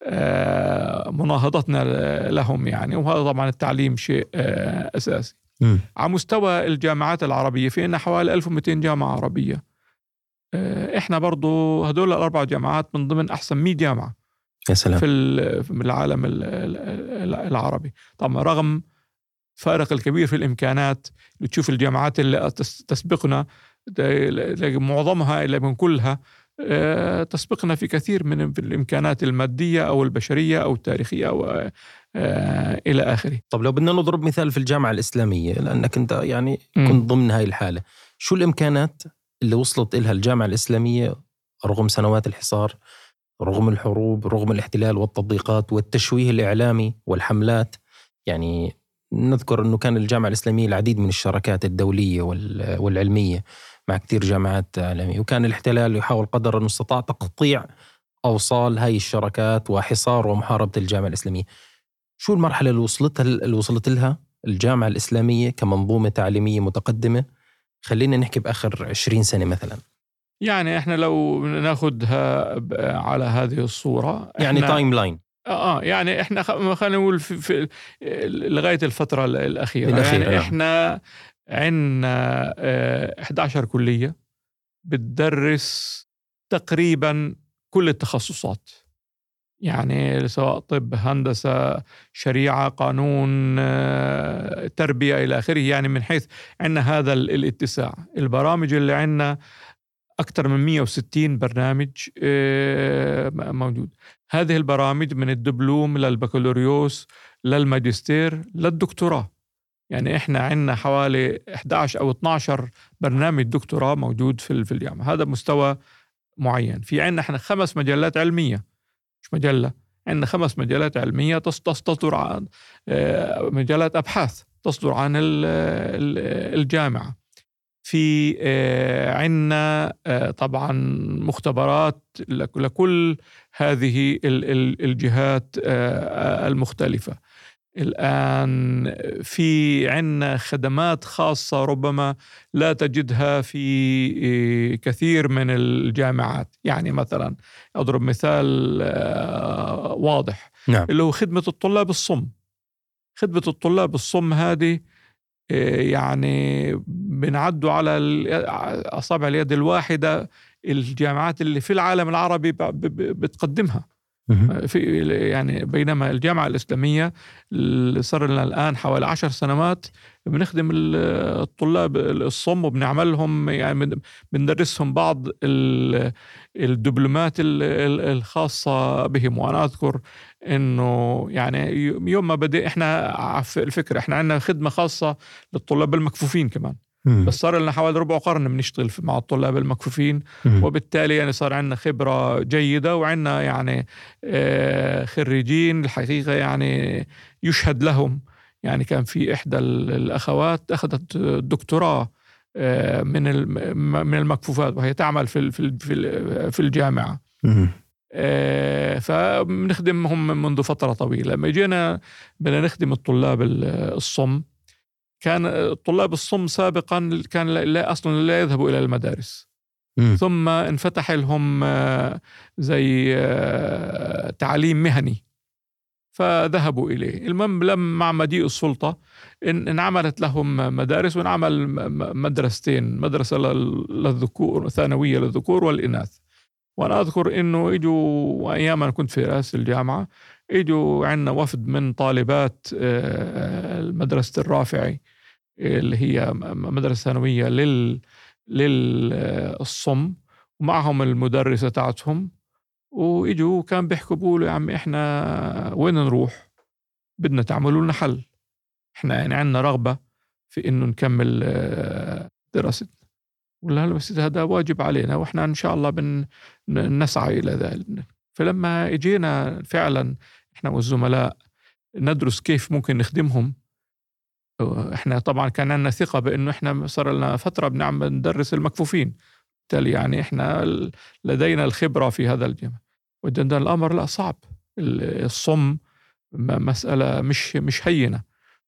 Speaker 1: مناهضتنا لهم يعني. وهذا طبعا التعليم شيء أساسي. م. على مستوى الجامعات العربية في عنا حوالي ألف ومئتين جامعة عربية. إحنا برضو هدول الأربع جامعات من ضمن أحسن مئة جامعة
Speaker 2: يا سلام.
Speaker 1: في العالم العربي. طبعا رغم فارق الكبير في الإمكانات، اللي تشوف الجامعات اللي تسبقنا معظمها إلا من كلها تسبقنا في كثير من الإمكانات المادية أو البشرية أو التاريخية أو إلى آخره.
Speaker 2: طب لو بدنا نضرب مثال في الجامعة الإسلامية، لأنك أنت يعني كنت ضمن هاي الحالة، شو الإمكانات اللي وصلت إلها الجامعة الإسلامية رغم سنوات الحصار، رغم الحروب، رغم الاحتلال والتضييقات والتشويه الإعلامي والحملات؟ يعني نذكر أنه كان الجامعة الإسلامية العديد من الشراكات الدولية والعلمية مع كثير جامعات عالمية، وكان الاحتلال يحاول قدر المستطاع تقطيع أوصال هاي الشراكات وحصار ومحاربة الجامعة الإسلامية. شو المرحلة اللي وصلتها اللي وصلت لها الجامعة الإسلامية كمنظومة تعليمية متقدمة؟ خلينا نحكي بآخر عشرين سنة مثلا.
Speaker 1: يعني إحنا لو ناخدها على هذه الصورة
Speaker 2: يعني تايم لاين.
Speaker 1: آه يعني إحنا خلينا نقول في, في لغاية الفترة الأخيرة,
Speaker 2: الأخيرة
Speaker 1: يعني إحنا عندنا إحدى عشرة كلية بتدرس تقريبا كل التخصصات، يعني سواء طب، هندسة، شريعة، قانون، تربية إلى آخره. يعني من حيث عندنا هذا الاتساع. البرامج اللي عندنا أكثر من مئة وستين برنامج موجود. هذه البرامج من الدبلوم للبكالوريوس للماجستير للدكتوراه. يعني إحنا عندنا حوالي إحدى عشر أو اثنا عشر برنامج دكتوراه موجود في الجامعة. هذا مستوى معين. في عندنا إحنا خمس مجلات علمية، مش مجلة، عندنا خمس مجلات علمية تصدر عن مجلات أبحاث تصدر عن الجامعة. في عندنا طبعا مختبرات لكل هذه الجهات المختلفة. الآن في عندنا خدمات خاصة ربما لا تجدها في كثير من الجامعات. يعني مثلا أضرب مثال واضح،
Speaker 2: نعم.
Speaker 1: اللي هو خدمة الطلاب الصم. خدمة الطلاب الصم هذه يعني بنعدوا على أصابع اليد الواحدة الجامعات اللي في العالم العربي بتقدمها. في يعني بينما الجامعة الإسلامية صار لنا الآن حوالي عشر سنوات بنخدم الطلاب الصم، وبنعمل لهم يعني بندرسهم بعض الدبلومات الخاصة بهم. وأنا أذكر إنه يعني يوم ما بدأ إحنا في الفكرة إحنا عندنا خدمة خاصة للطلاب المكفوفين كمان، بس صار لنا حوالي ربع قرن بنشتغل مع الطلاب المكفوفين، وبالتالي يعني صار عندنا خبرة جيدة، وعندنا يعني خريجين الحقيقة يعني يشهد لهم. يعني كان في إحدى الأخوات أخذت دكتوراه من من المكفوفات، وهي تعمل في في في الجامعة. آه فبنخدمهم منذ فترة طويلة. لما جينا بدنا نخدم الطلاب الصم، كان الطلاب الصم سابقا كان لا أصلا لا يذهبوا إلى المدارس، م. ثم انفتح لهم زي تعليم مهني فذهبوا إليه. المهم لما مع مجيء السلطة انعملت لهم مدارس، ونعمل مدرستين، مدرسة للذكور ثانوية للذكور والإناث. وأنا أذكر إنه إجوا أيام أنا كنت في رئاسة الجامعة، إجوا عنا وفد من طالبات المدرسة الرافعي اللي هي مدرسة ثانوية لل للصم، ومعهم المدرسة تاعتهم، وإجوا كان بيحكوا بيقولوا يا عم إحنا وين نروح، بدنا تعملوا لنا حل، إحنا يعني عنا رغبة في إنه نكمل دراستنا. ولا بس هذا واجب علينا وإحنا إن شاء الله بن نسعى إلى ذلك. فلما إجينا فعلا إحنا والزملاء ندرس كيف ممكن نخدمهم، إحنا طبعا كان عندنا ثقة بأنه إحنا صار لنا فترة بنعمل ندرس المكفوفين، بالتالي يعني إحنا لدينا الخبرة في هذا الجامعة. وجدنا الأمر لا صعب، الصم مسألة مش مش هينة،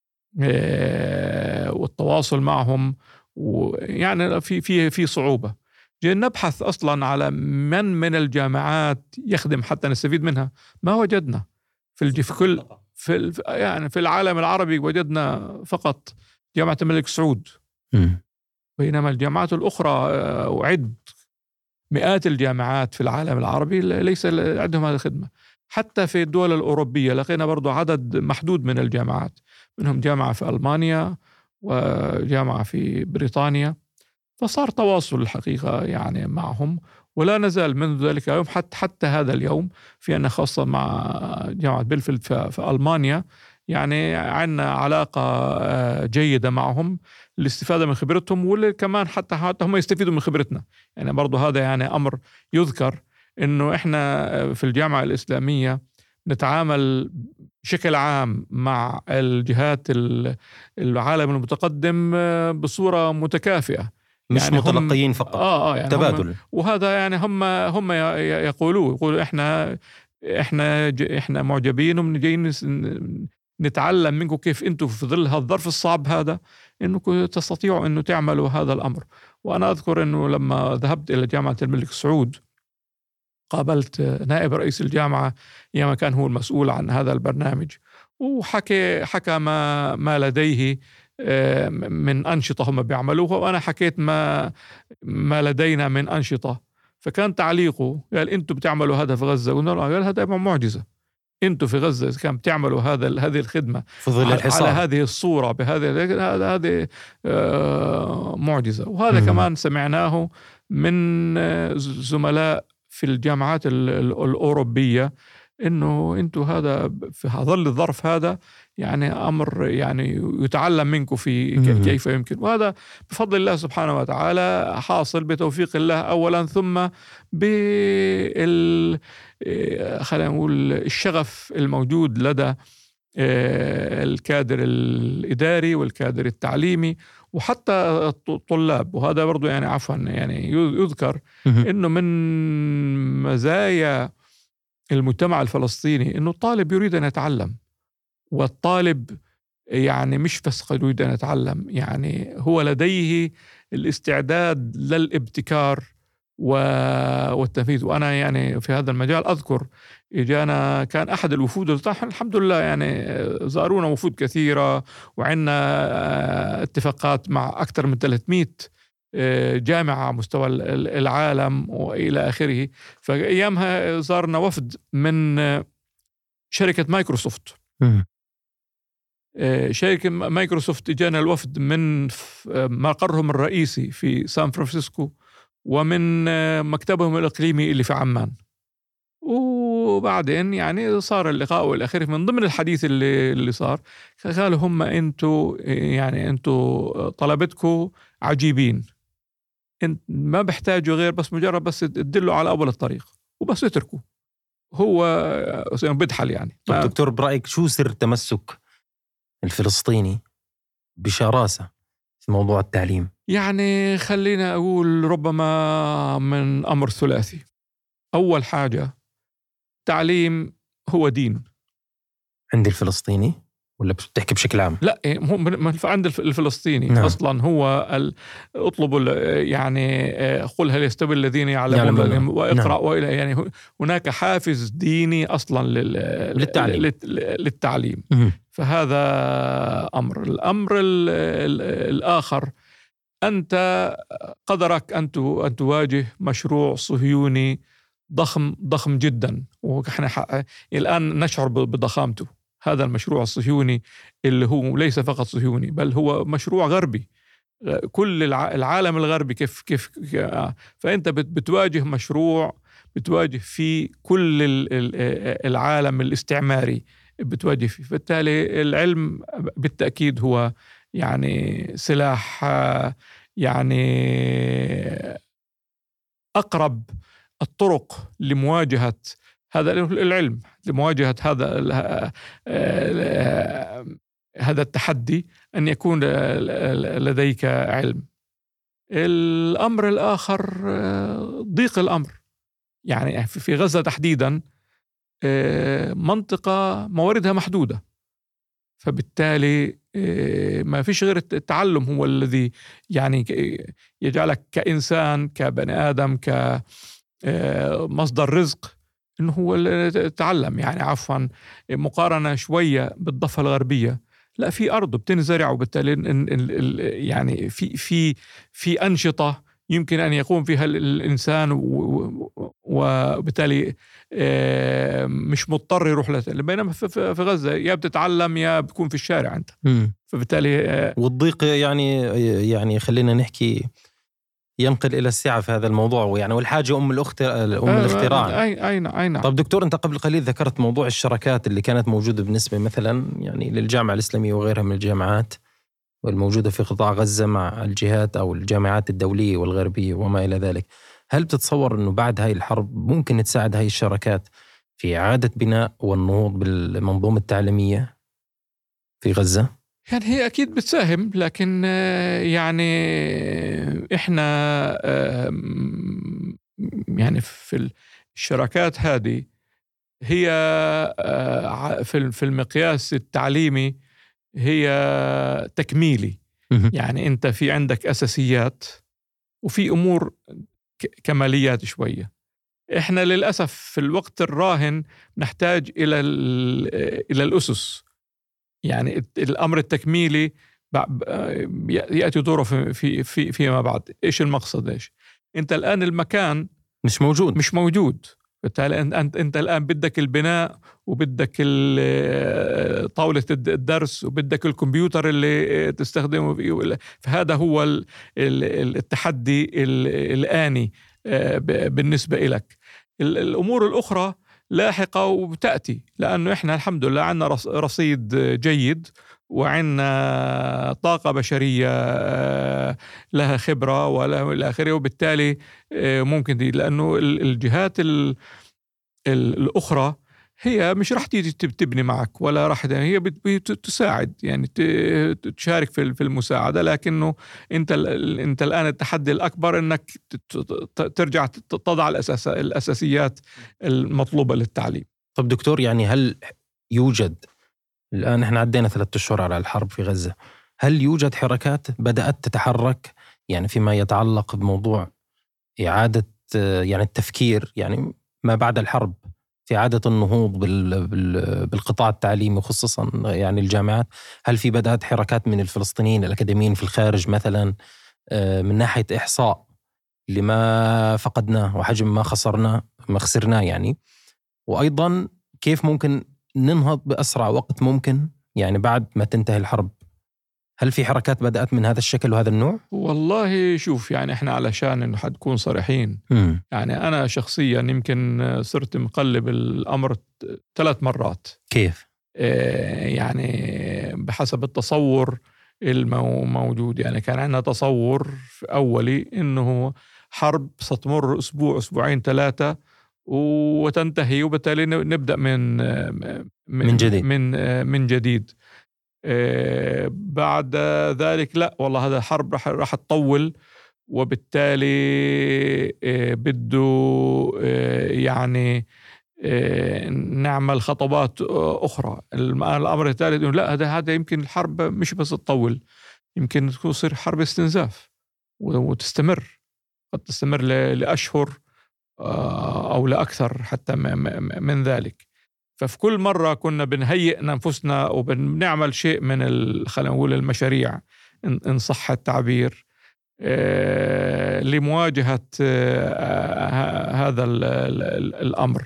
Speaker 1: والتواصل معهم ويعني في في في صعوبة. جينا نبحث أصلا على من من الجامعات يخدم حتى نستفيد منها، ما وجدنا في الج في كل في يعني في العالم العربي وجدنا فقط جامعة الملك سعود، بينما الجامعات الأخرى وعد مئات الجامعات في العالم العربي ليس عندهم هذه الخدمة. حتى في الدول الأوروبية لقينا برضو عدد محدود من الجامعات، منهم جامعة في ألمانيا وجامعة في بريطانيا. فصار تواصل الحقيقة يعني معهم، ولا نزال منذ ذلك اليوم حتى حتى هذا اليوم في أنا خاصة مع جامعة بلفيلد في ألمانيا، يعني عندنا علاقة جيدة معهم للاستفادة من خبرتهم، واللي كمان حتى حتى هم يستفيدوا من خبرتنا. يعني برضو هذا يعني أمر يذكر، إنه إحنا في الجامعة الإسلامية نتعامل بشكل عام مع الجهات العالم المتقدم بصورة متكافئة،
Speaker 2: مش
Speaker 1: يعني
Speaker 2: متلقيين فقط،
Speaker 1: آه آه يعني
Speaker 2: تبادل.
Speaker 1: وهذا يعني هم هم يقولوا يقولوا إحنا إحنا إحنا معجبين وجايين نتعلم منكم كيف أنتم في ظل هذا الظرف الصعب هذا إنكم تستطيعوا إنه تعملوا هذا الأمر. وأنا أذكر إنه لما ذهبت إلى جامعة الملك سعود قابلت نائب رئيس الجامعة يوم كان هو المسؤول عن هذا البرنامج، وحكى حكى ما ما لديه من أنشطة هم بيعملوها، وأنا حكيت ما ما لدينا من أنشطة. فكان تعليقه قال أنتوا بتعملوا هذا في غزة، قال هذا معجزة، أنتوا في غزة كان بتعملوا هذا هذه الخدمة
Speaker 2: في ظل الحصار
Speaker 1: على هذه الصورة بهذه هذا هذه معجزة. وهذا م- كمان سمعناه من زملاء في الجامعات الأوروبية، إنه أنتوا هذا في ظل الظرف هذا يعني أمر يعني يتعلم منكم في كيف يمكن. وهذا بفضل الله سبحانه وتعالى حاصل بتوفيق الله أولا، ثم بال خلينا نقول الشغف الموجود لدى الكادر الإداري والكادر التعليمي وحتى الطلاب. وهذا برضو يعني عفوا يعني يذكر إنه من مزايا المجتمع الفلسطيني إنه الطالب يريد أن يتعلم، والطالب يعني مش بس يريد أن يتعلم، يعني هو لديه الاستعداد للابتكار والتنفيذ. وأنا يعني في هذا المجال أذكر إجانا كان أحد الوفود الحمد لله يعني زارونا وفود كثيرة، وعندنا اتفاقات مع أكثر من ثلاثمئة جامعة على مستوى العالم وإلى آخره. فأيامها زارنا وفد من شركة مايكروسوفت. م. شركة مايكروسوفت جانا الوفد من مقرهم الرئيسي في سان فرانسيسكو ومن مكتبهم الإقليمي اللي في عمان. وبعدين يعني صار اللقاء والآخر. من ضمن الحديث اللي اللي صار قالوا هم أنتوا يعني أنتوا طلبتكم عجيبين، انت ما بحتاجوا غير بس مجرد بس تدلوا على أول الطريق وبس اتركوا، هو بدحل يعني.
Speaker 2: طب دكتور برأيك شو سر تمسك الفلسطيني بشراسة في موضوع التعليم؟
Speaker 1: يعني خلينا أقول ربما من أمر ثلاثي. أول حاجة تعليم هو دين
Speaker 2: عند الفلسطيني ولا بتحكي بشكل عام؟
Speaker 1: لا عند الفلسطيني نعم. أصلا هو اطلبوا يعني قل هل يستوي الذين يعلمون يعني واقرأ نعم. وإلى يعني هناك حافز ديني أصلا للتعليم, للتعليم. فهذا أمر. الأمر الآخر أنت قدرك أن تواجه مشروع صهيوني ضخم ضخم جدا، ونحن الآن نشعر بضخامته. هذا المشروع الصهيوني اللي هو ليس فقط صهيوني بل هو مشروع غربي، كل العالم الغربي كيف كيف فأنت بتواجه مشروع بتواجه فيه كل العالم الاستعماري بتواجه فيه. بالتالي العلم بالتأكيد هو يعني سلاح يعني أقرب الطرق لمواجهة هذا العلم، لمواجهة هذا هذا التحدي، أن يكون لديك علم. الأمر الآخر ضيق الأمر، يعني في غزة تحديدا منطقة مواردها محدودة، فبالتالي ما فيش غير التعلم هو الذي يعني يجعلك كإنسان كبني آدم كمصدر رزق، إنه هو التعلم. يعني عفوا مقارنة شوية بالضفة الغربية، لا في أرض بتنزرع، وبالتالي يعني في في في أنشطة يمكن أن يقوم فيها الإنسان، وبالتالي مش مضطر يروح له. بينما في غزة يا بتتعلم يا بتكون في الشارع أنت. فبالتالي
Speaker 2: والضيق يعني يعني خلينا نحكي ينقل إلى السعة في هذا الموضوع، ويعني والحاجة أم الأخت أم الاختراع.
Speaker 1: أي أي أي
Speaker 2: طب دكتور، أنت قبل قليل ذكرت موضوع الشراكات اللي كانت موجودة بالنسبة مثلا يعني للجامعة الإسلامية وغيرها من الجامعات والموجودة في قطاع غزة مع الجهات أو الجامعات الدولية والغربية وما إلى ذلك. هل بتتصور أنه بعد هاي الحرب ممكن تساعد هاي الشراكات في إعادة بناء والنهوض بالمنظومة التعليمية في غزة؟
Speaker 1: يعني هي أكيد بتساهم، لكن يعني إحنا يعني في الشراكات هذه هي في المقياس التعليمي هي تكميلي. يعني أنت في عندك أساسيات وفي أمور كماليات شوية. إحنا للأسف في الوقت الراهن نحتاج إلى إلى الأسس. يعني الأمر التكميلي يأتي دوره في في في فيما بعد. إيش المقصد؟ إيش أنت الآن المكان
Speaker 2: مش موجود مش
Speaker 1: موجود بالتالي أنت أنت الآن بدك البناء، وبدك طاولة الدرس، وبدك الكمبيوتر اللي تستخدمه فيه. فهذا هو التحدي الآني بالنسبة إليك. الأمور الأخرى لاحقة وبتأتي، لأنه إحنا الحمد لله عنا رصيد جيد، وعنا طاقة بشرية لها خبرة ولا إلى آخره، وبالتالي ممكن دي، لأنه الجهات الأخرى هي مش راح تيجي تبني معك ولا راح، هي بتساعد يعني تشارك في المساعدة، لكنه أنت أنت الآن التحدي الأكبر إنك ترجع تضع الأساس الأساسيات المطلوبة للتعليم.
Speaker 2: طب دكتور، يعني هل يوجد الآن، إحنا عدينا ثلاثة أشهر على الحرب في غزة، هل يوجد حركات بدأت تتحرك يعني فيما يتعلق بموضوع إعادة يعني التفكير يعني ما بعد الحرب في إعادة النهوض بالقطاع التعليمي خصوصا يعني الجامعات؟ هل في بدأت حركات من الفلسطينيين الأكاديميين في الخارج مثلا من ناحية إحصاء لما فقدناه وحجم ما خسرنا ما خسرناه يعني، وأيضا كيف ممكن ننهض بأسرع وقت ممكن يعني بعد ما تنتهي الحرب؟ هل في حركات بدأت من هذا الشكل وهذا النوع؟
Speaker 1: والله شوف، يعني إحنا علشان إنه حتكون صريحين، م. يعني أنا شخصيا يمكن صرت مقلب الأمر ثلاث مرات.
Speaker 2: كيف؟
Speaker 1: آه يعني بحسب التصور الموجود. يعني كان عندنا تصور أولي إنه حرب ستمر أسبوع أسبوعين ثلاثة وتنتهي، وبالتالي نبدأ من
Speaker 2: من جديد
Speaker 1: من من جديد. بعد ذلك لا والله هذا حرب راح راح تطول، وبالتالي بده يعني نعمل خطوات أخرى. الأمر الثالث إنه لا، هذا هذا يمكن الحرب مش بس تطول، يمكن تصير حرب استنزاف وتستمر، قد تستمر لأشهر أو لأكثر حتى من ذلك. ففي كل مرة كنا بنهيئ أنفسنا وبنعمل شيء من خلينا نقول المشاريع إن صح التعبير لمواجهة هذا الأمر.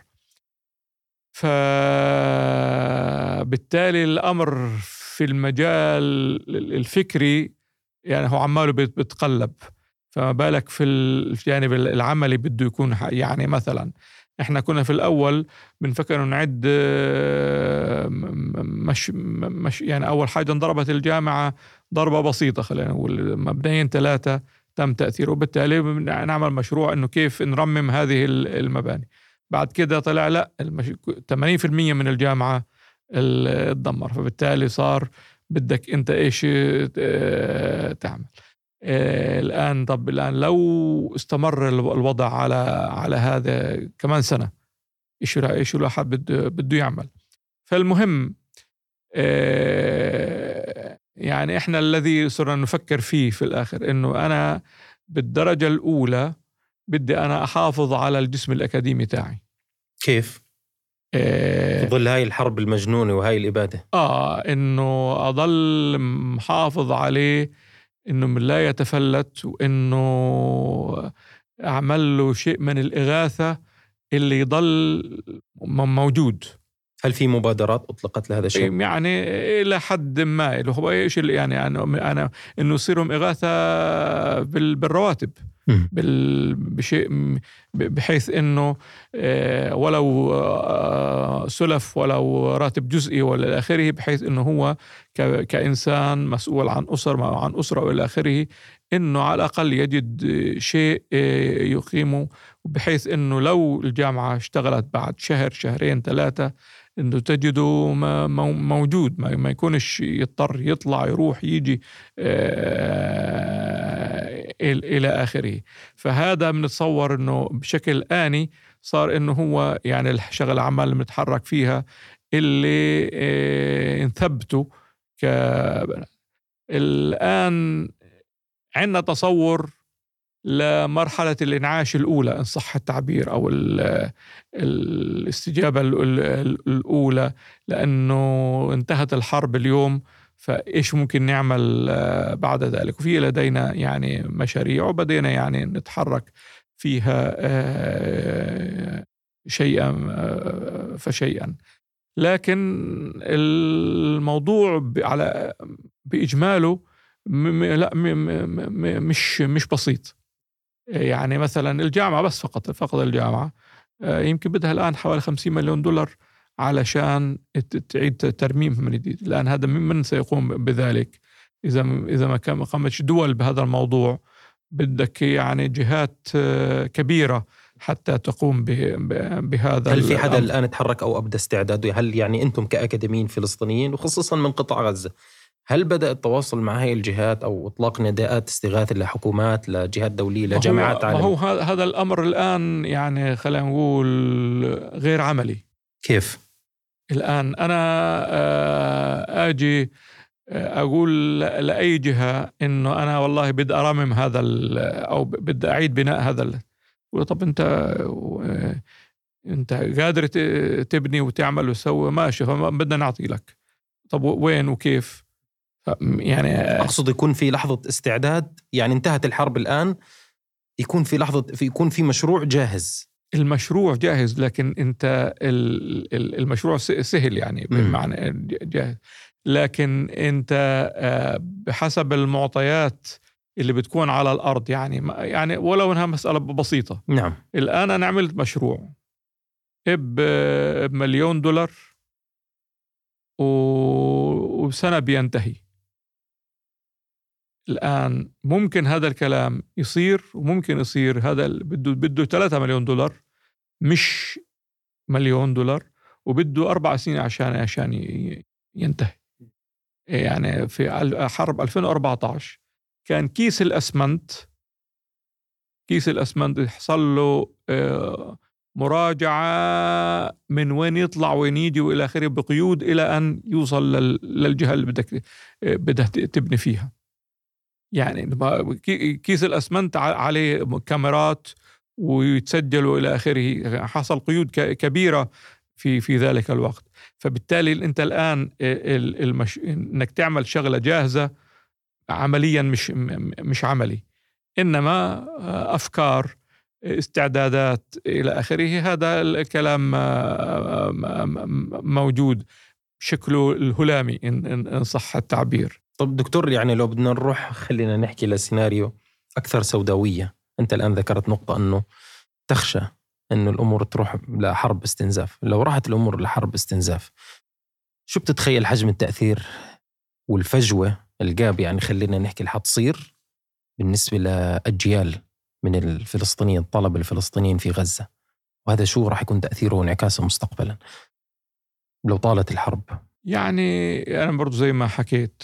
Speaker 1: فبالتالي الأمر في المجال الفكري يعني هو عماله بيتقلب، فما بالك في الجانب العملي بده يكون يعني مثلا احنا كنا في الأول بنفكر نعد مش مش يعني أول حاجة انضربت الجامعة ضربة بسيطة، خلينا نقول مبنيين ثلاثة تم تأثيره، وبالتالي نعمل مشروع إنه كيف نرمم هذه المباني. بعد كده طلع لا، ثمانين بالمئة من الجامعة اتدمر، فبالتالي صار بدك أنت إيش تعمل الآن. طب الآن لو استمر الوضع على على هذا كمان سنة، إيش إيش الواحد بده بده يعمل؟ فالمهم يعني إحنا الذي صرنا نفكر فيه في الآخر إنه أنا بالدرجة الأولى بدي أنا أحافظ على الجسم الأكاديمي تاعي.
Speaker 2: كيف؟ في ظل هاي الحرب المجنونة وهاي الإبادة.
Speaker 1: آه إنه أضل محافظ عليه، إنه لا يتفلت، وإنه أعمل له شيء من الإغاثة اللي يضل موجود.
Speaker 2: هل في مبادرات أطلقت لهذا الشيء؟
Speaker 1: يعني إلى حد ما، اللي هو إيش اللي يعني أنا أنا إنه يصيرهم إغاثة بالرواتب، بشيء بحيث إنه ولو سلف ولو راتب جزئي ولا آخره، بحيث إنه هو كإنسان مسؤول عن أسر عن أسرة وإلى آخره، إنه على الأقل يجد شيء يقيمه، بحيث إنه لو الجامعة اشتغلت بعد شهر شهرين ثلاثة إنه تجده موجود، ما يكونش يضطر يطلع يروح يجي إلى آخره. فهذا بنتصور إنه بشكل آني صار إنه هو يعني الشغل عمال اللي متحرك فيها اللي انثبتوا ك الآن عندنا تصور لمرحلة الإنعاش الأولى إن صح التعبير، أو الاستجابة الأولى، لأنه انتهت الحرب اليوم، فإيش ممكن نعمل بعد ذلك؟ وفي لدينا يعني مشاريع وبدينا يعني نتحرك فيها شيئا فشيئا، لكن الموضوع على بإجماله لا مش مش بسيط. يعني مثلا الجامعة بس فقط فقط الجامعة يمكن بدها الآن حوالي خمسين مليون دولار علشان تعيد ترميمها من جديد. الآن هذا من سيقوم بذلك إذا إذا ما كان قامتش دول بهذا الموضوع؟ بدك يعني جهات كبيرة حتى تقوم بهذا.
Speaker 2: هل في حدا الآن تحرك أو أبدأ استعداده؟ هل يعني أنتم كأكاديميين فلسطينيين وخصوصا من قطاع غزة، هل بدأ التواصل مع هاي الجهات أو إطلاق نداءات استغاثة لحكومات، لجهات دولية، لجامعات عالمية؟
Speaker 1: هو هذا الأمر الآن يعني خلينا نقول غير عملي.
Speaker 2: كيف؟
Speaker 1: الآن أنا آجي أقول لأي جهة إنه أنا والله بدي أرمم هذا أو بدي أعيد بناء هذا، طب أنت أنت قادر تبني وتعمل وتسوي، ماشي، بدنا نعطي لك. طب وين وكيف؟ يعني
Speaker 2: أقصد يكون في لحظة استعداد، يعني انتهت الحرب الآن، يكون في لحظة في يكون في مشروع جاهز.
Speaker 1: المشروع جاهز، لكن أنت المشروع سهل يعني بمعنى جاهز، لكن أنت بحسب المعطيات اللي بتكون على الأرض، يعني يعني ولو إنها مسألة بسيطة.
Speaker 2: نعم.
Speaker 1: الآن أنا عملت مشروع بمليون دولار وسنة بينتهي. الآن ممكن هذا الكلام يصير، وممكن يصير هذا بده بده ثلاثة مليون دولار مش مليون دولار، وبده أربع سنين عشان عشان ينتهي. يعني في حرب ألفين وأربعة عشر كان كيس الأسمنت كيس الأسمنت يحصل له مراجعة من وين يطلع وين يجي وإلى آخره بقيود إلى أن يوصل للجهة اللي بدك بدها تبني فيها. يعني كيس الأسمنت عليه كاميرات ويتسجل إلى آخره، حصل قيود كبيرة في في ذلك الوقت. فبالتالي أنت الآن المش... إنك تعمل شغلة جاهزة عمليا مش مش عملي، إنما أفكار، استعدادات إلى آخره. هذا الكلام موجود شكله الهلامي إن صح التعبير.
Speaker 2: طب دكتور، يعني لو بدنا نروح خلينا نحكي لسيناريو أكثر سوداوية. أنت الآن ذكرت نقطة أنه تخشى أنه الأمور تروح لحرب استنزاف. لو راحت الأمور لحرب استنزاف، شو بتتخيل حجم التأثير والفجوة الجاب، يعني خلينا نحكي اللي حتصير بالنسبة لأجيال من الفلسطينيين، الطلبة الفلسطينيين في غزة؟ وهذا شو راح يكون تأثيره وانعكاسه مستقبلا لو طالت الحرب؟
Speaker 1: يعني أنا برضو زي ما حكيت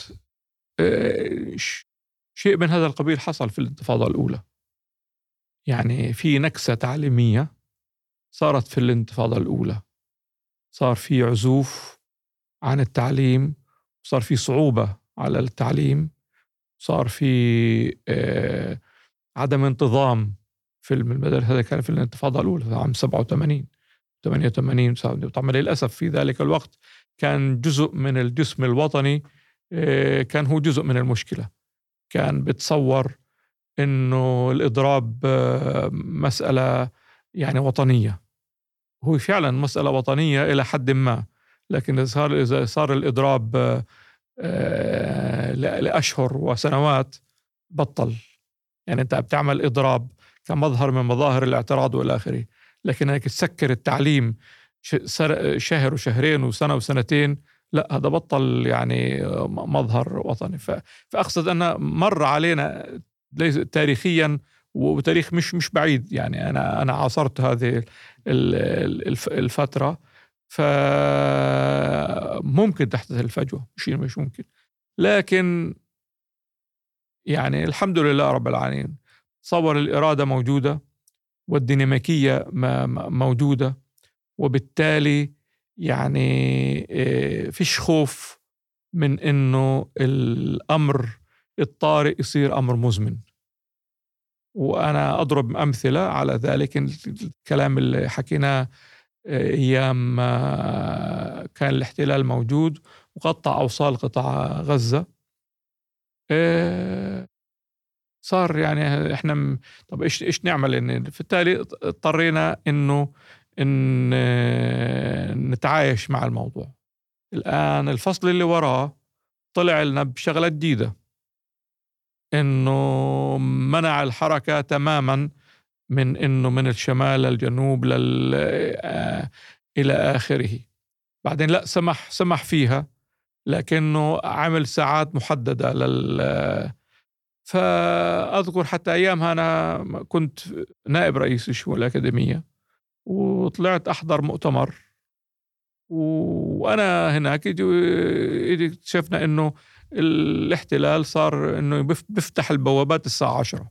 Speaker 1: شيء من هذا القبيل حصل في الانتفاضة الأولى. يعني في نكسة تعليمية صارت في الانتفاضة الأولى، صار في عزوف عن التعليم، صار في صعوبة على التعليم، صار في آه عدم انتظام في المدارس. هذا كان في الانتفاضة الأولى عام سبعة وثمانين ثمانية وثمانين. طبعا للأسف في ذلك الوقت كان جزء من الجسم الوطني آه كان هو جزء من المشكلة. كان بتصور إنه الإضراب آه مسألة يعني وطنية. هو فعلا مسألة وطنية إلى حد ما، لكن إذا صار إذا صار الإضراب آه لأشهر وسنوات بطل. يعني أنت بتعمل إضراب كمظهر من مظاهر الاعتراض والى آخره، لكن انك تسكر التعليم شهر وشهرين وسنة وسنتين، لا، هذا بطل يعني مظهر وطني. فأقصد أن مر علينا ليس تاريخيا وتاريخ مش مش بعيد. يعني أنا أنا عاصرت هذه الفترة، فممكن تحدث الفجوة، شيء مش ممكن. لكن يعني الحمد لله رب العالمين، تصور الإرادة موجودة والديناميكية موجودة، وبالتالي يعني فيش خوف من إنه الأمر الطارئ يصير أمر مزمن. وأنا أضرب أمثلة على ذلك. الكلام اللي حكيناه أيام كان الاحتلال موجود وقطع أوصال قطاع غزة، صار يعني إحنا م... طب إيش إيش نعمل؟ إن في التالي اضطرينا إنه إن نتعايش مع الموضوع. الآن الفصل اللي وراه طلع لنا بشغلة جديدة، إنه منع الحركة تماما من إنه من الشمال للجنوب لل آه إلى آخره. بعدين لا، سمح سمح فيها، لكنه عمل ساعات محددة لل. فأذكر حتى أيامها أنا كنت نائب رئيس الشؤون الأكاديمية، وطلعت أحضر مؤتمر، وأنا هناك اكتشفنا إنه الاحتلال صار إنه بيفتح البوابات الساعة عشرة،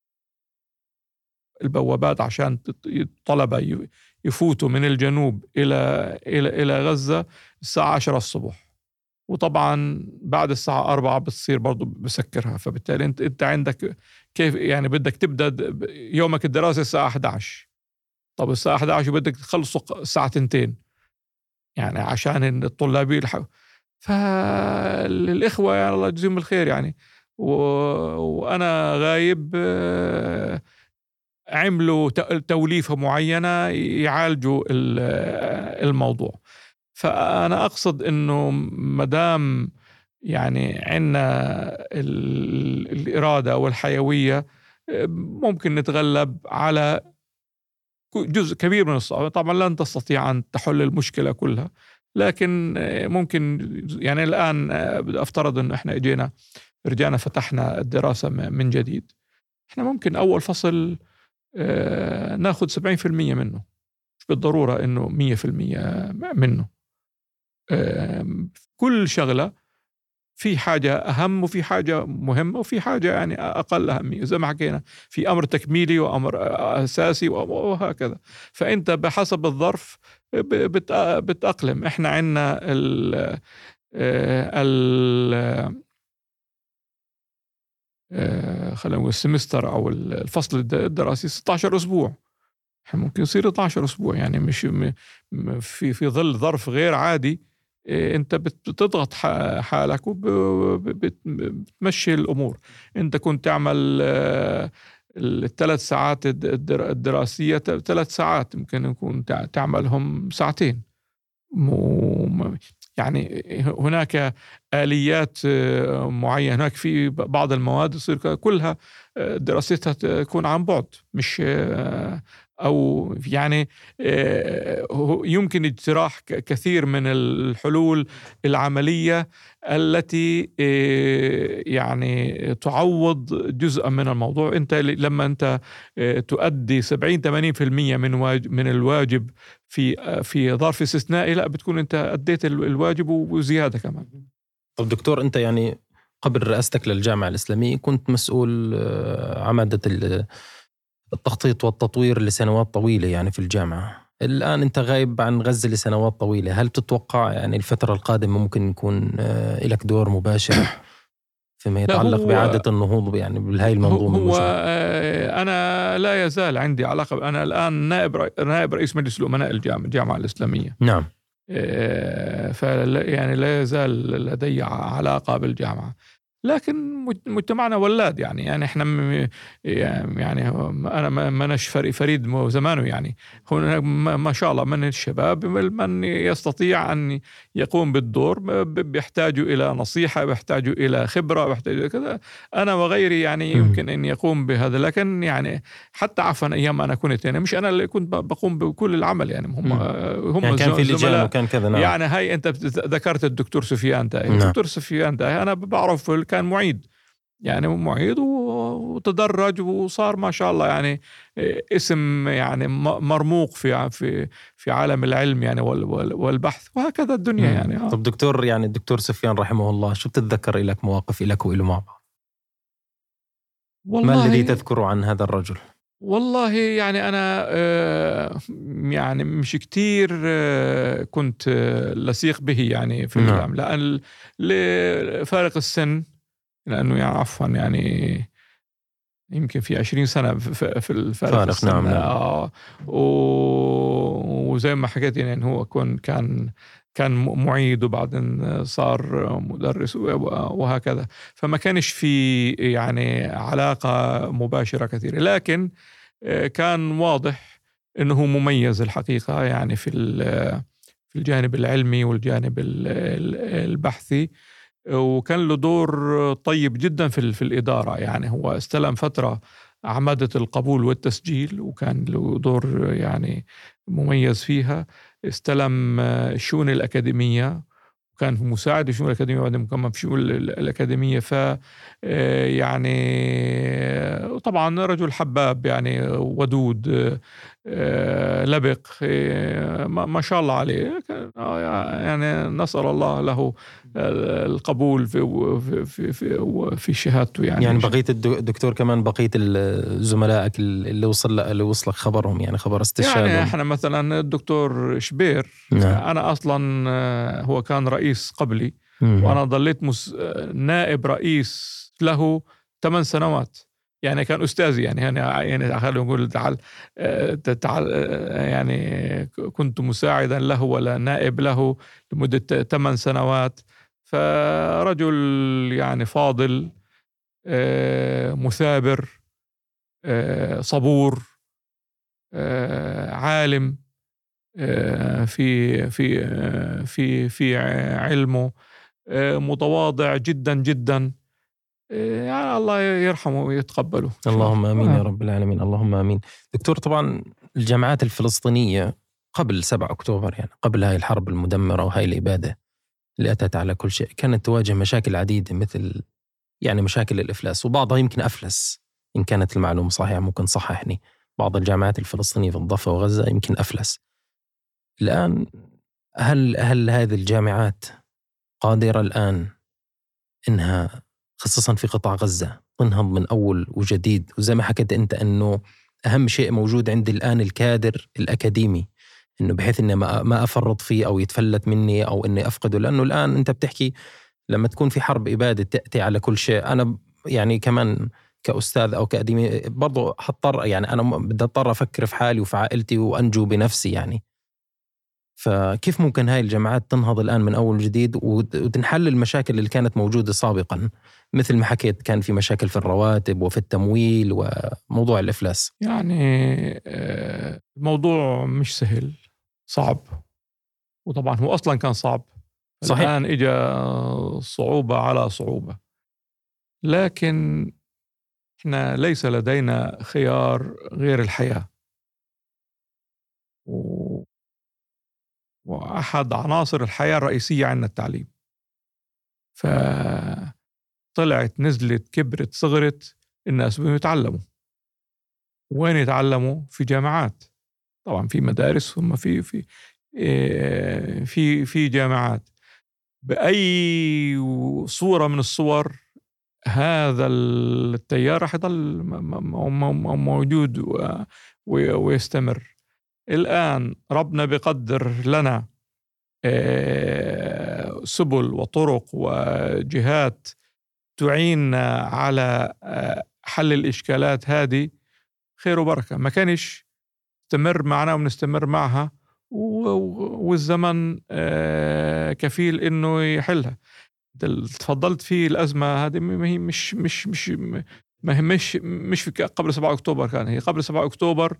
Speaker 1: البوابات عشان الطلبة يفوتوا من الجنوب إلى إلى إلى غزة الساعة عشرة الصبح. وطبعا بعد الساعة أربعة بتصير برضو بسكرها. فبالتالي أنت أنت عندك كيف يعني بدك تبدأ يومك الدراسي الساعة أحد عشر، طب الساعة أحد عشر بدك تخلصوا الساعة اثنتين، يعني عشان الطلاب يلحقوا. فالإخوة يعني الله يجزيهم الخير يعني و... وأنا غايب عملوا توليفة معينة يعالجوا الموضوع. فأنا أقصد إنه مدام يعني عنا الإرادة والحيوية ممكن نتغلب على جزء كبير من الصعوبات. طبعا لن تستطيع أن تحل المشكلة كلها، لكن ممكن يعني الآن أفترض أن إحنا إجينا رجعنا فتحنا الدراسة من جديد، إحنا ممكن أول فصل ناخد سبعين في المية منه، مش بالضرورة إنه مية في المية منه. كل شغلة في حاجة أهم وفي حاجة مهمة وفي حاجة يعني أقل أهمية، زي ما حكينا في أمر تكميلي وأمر أساسي وهكذا. فأنت بحسب الظرف بتأقلم. إحنا عندنا ال ال خلينا نقول السمستر أو الفصل الدراسي ستة عشر أسبوع، ممكن يصير اثنا عشر أسبوع، يعني مش في في ظل ظرف غير عادي. أنت بتضغط حالك وبتمشي الأمور. أنت كنت تعمل الثلاث ساعات الدراسية ثلاث ساعات، ممكن يكون تعملهم ساعتين. يعني هناك آليات معينة. هناك في بعض المواد يصير كلها دراستها تكون عن بعد، مش أو يعني يمكن اجتراح كثير من الحلول العملية التي يعني تعوض جزءا من الموضوع. أنت لما أنت تؤدي سبعين ثمانين بالمئة من واجب من الواجب في في ظرف استثنائي، لا بتكون أنت أديت الواجب وزيادة كمان.
Speaker 2: طب دكتور، أنت يعني قبل رئاستك للجامعة الإسلامية كنت مسؤول عمادة التخطيط والتطوير لسنوات طويلة يعني في الجامعة. الآن أنت غايب عن غزة لسنوات طويلة، هل تتوقع يعني الفترة القادمة ممكن يكون لك دور مباشر فيما يتعلق بإعادة النهوض يعني بهاي المنظومة؟
Speaker 1: هو أنا لا يزال عندي علاقة. أنا الآن نائب نائب رئيس مجلس الأمناء الجامعة الجامعة الإسلامية.
Speaker 2: نعم.
Speaker 1: فلا يعني لا يزال لدي علاقة بالجامعة، لكن مجتمعنا ولاد يعني يعني احنا يعني انا منش فريد زمانه يعني. هنا ما شاء الله من الشباب من يستطيع ان يقوم بالدور، بيحتاجوا الى نصيحة، بيحتاجوا الى خبرة، بيحتاجوا كذا. انا وغيري يعني يمكن ان يقوم بهذا، لكن يعني حتى عفوا ايام انا كنت يعني مش انا اللي كنت بقوم بكل العمل يعني. هم هم
Speaker 2: يعني كان في لجان وكان كذا. نعم.
Speaker 1: يعني هاي انت ذكرت الدكتور سفيان تاي. نعم. الدكتور سفيان تاي انا بعرف كان معيد، يعني معيد وتدرج وصار ما شاء الله يعني اسم يعني مرموق في في في عالم العلم يعني والبحث وهكذا الدنيا. مم. يعني.
Speaker 2: طب دكتور، يعني الدكتور سفيان رحمه الله، شو بتتذكر لك مواقف لك وإله مع بعض؟ ما الذي تذكره عن هذا الرجل؟
Speaker 1: والله يعني أنا يعني مش كتير كنت لصيق به يعني في العام، لأن لفارق السن، لأنه يعني عفوا يعني يمكن في عشرين سنة في الفارق السن.
Speaker 2: نعم.
Speaker 1: آه وزي ما حكيت يعني هو كان كان كان معيد وبعدين صار مدرس وهكذا، فما كانش في يعني علاقة مباشرة كثيرة، لكن كان واضح أنه مميز الحقيقة يعني في في الجانب العلمي والجانب البحثي، وكان له دور طيب جدا في في الإدارة. يعني هو استلم فترة عمادة القبول والتسجيل وكان له دور يعني مميز فيها. استلم الشؤون الأكاديمية وكان مساعد الشؤون الأكاديمية وبعدين كمان في الشؤون الأكاديمية. ف يعني طبعا رجل حباب يعني ودود لبق ما شاء الله عليه. يعني نسأل الله له القبول في في في في شهادته. يعني
Speaker 2: يعني بقية الدكتور كمان بقية زملائك اللي وصل اللي وصلك خبرهم يعني خبر استشهادهم؟
Speaker 1: يعني احنا مثلا الدكتور شبير. نعم. أنا أصلا هو كان رئيس قبلي. مم. وأنا ضليت مس... نائب رئيس له ثمان سنوات. يعني كان أستاذي يعني يعني يعني خلينا نقول تعال تعال يعني كنت مساعدا له ولا نائب له لمدة ثمان سنوات. فرجل يعني فاضل، مثابر، صبور، عالم في في في في علمه، متواضع جدا جدا. يعني الله يرحمه ويتقبله.
Speaker 2: اللهم آمين يا رب العالمين، اللهم آمين. دكتور، طبعا الجامعات الفلسطينية قبل سبعة أكتوبر يعني قبل هاي الحرب المدمرة وهاي الإبادة اللي أتت على كل شيء كانت تواجه مشاكل عديدة، مثل يعني مشاكل الإفلاس، وبعضها يمكن أفلس. إن كانت المعلومة صحيحة ممكن صححني، بعض الجامعات الفلسطينية في الضفة وغزة يمكن أفلس. الآن هل هل هذه الجامعات قادرة الآن إنها خصوصا في قطاع غزة تنهض من أول وجديد. وزي ما حكيت أنت أنه أهم شيء موجود عندي الآن الكادر الأكاديمي، إنه بحيث إني ما ما أفرط فيه أو يتفلت مني أو إني أفقده. لأنه الآن أنت بتحكي لما تكون في حرب إبادة تأتي على كل شيء. أنا يعني كمان كأستاذ أو كأكاديمي برضو حضطر، يعني أنا بدي أضطر أفكر في حالي وفي عائلتي وأنجو بنفسي يعني. فكيف ممكن هاي الجامعات تنهض الآن من أول جديد وتنحل المشاكل اللي كانت موجودة سابقا؟ مثل ما حكيت كان في مشاكل في الرواتب وفي التمويل وموضوع الإفلاس.
Speaker 1: يعني الموضوع مش سهل، صعب، وطبعا هو أصلا كان صعب. صحيح. الآن إجا صعوبة على صعوبة، لكن إحنا ليس لدينا خيار غير الحياة. و... وأحد عناصر الحياة الرئيسية عندنا التعليم. فطلعت نزلت كبرت صغرت الناس بدهم يتعلموا. وين يتعلموا؟ في جامعات. طبعا في مدارس، ثم في في في في جامعات. بأي صورة من الصور هذا التيار رح يضل موجود ويستمر. الآن ربنا بقدر لنا سبل وطرق وجهات تعيننا على حل الإشكالات هذه، خير وبركة. ما كانش استمر معنا ونستمر معها، والزمن كفيل إنه يحلها. تفضلت فيه الأزمة هذه هي مش مش مش ما هي مش مش في قبل سبعة أكتوبر، كان هي قبل سبعة أكتوبر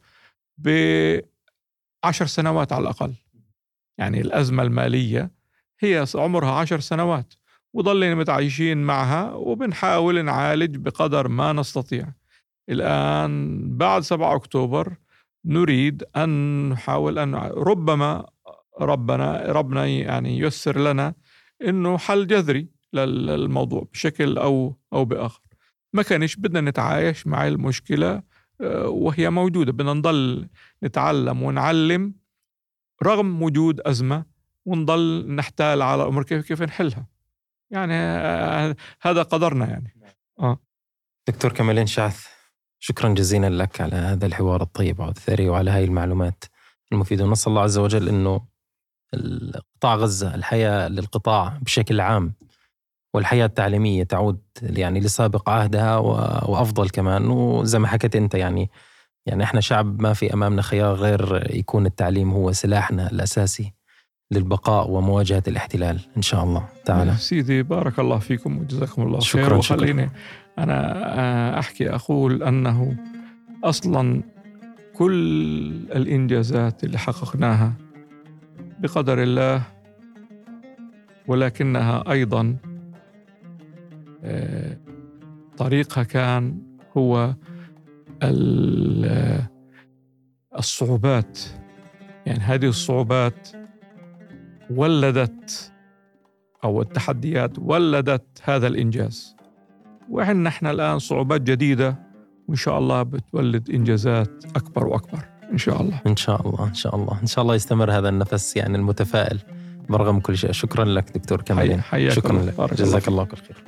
Speaker 1: بعشر سنوات على الأقل. يعني الأزمة المالية هي عمرها عشر سنوات، وضلنا متعايشين معها وبنحاول نعالج بقدر ما نستطيع. الآن بعد سبعة أكتوبر نريد أن نحاول أن ربما ربنا ربنا يعني ييسر لنا إنه حل جذري للموضوع بشكل أو أو بآخر. ما كانش بدنا نتعايش مع المشكلة وهي موجودة، بدنا نضل نتعلم ونعلم رغم وجود أزمة، ونضل نحتال على الأمور كيف كيف نحلها. يعني هذا قدرنا يعني. آه.
Speaker 2: دكتور كمالين شعث، شكرا جزيلا لك على هذا الحوار الطيب والثري وعلى هاي المعلومات المفيدة. ونسأل الله عز وجل إنه القطاع غزة، الحياة للقطاع بشكل عام والحياة التعليمية تعود يعني لسابق عهدها وأفضل كمان. وزي ما حكيت أنت يعني يعني إحنا شعب ما في أمامنا خيار غير يكون التعليم هو سلاحنا الأساسي للبقاء ومواجهة الاحتلال إن شاء الله تعالى.
Speaker 1: سيدي بارك الله فيكم وجزاكم الله خير. وخليني أنا أحكي أقول أنه أصلا كل الإنجازات اللي حققناها بقدر الله، ولكنها أيضا طريقها كان هو الصعوبات. يعني هذه الصعوبات ولدت، أو التحديات ولدت هذا الإنجاز. وإحنا إحنا الآن صعوبات جديدة، وإن شاء الله بتولد إنجازات أكبر وأكبر إن شاء الله.
Speaker 2: إن شاء الله إن شاء الله إن شاء الله يستمر هذا النفس يعني المتفائل برغم كل شيء. شكرا لك دكتور كمالين.
Speaker 1: شكرا لك،
Speaker 2: جزاك الله كل خير.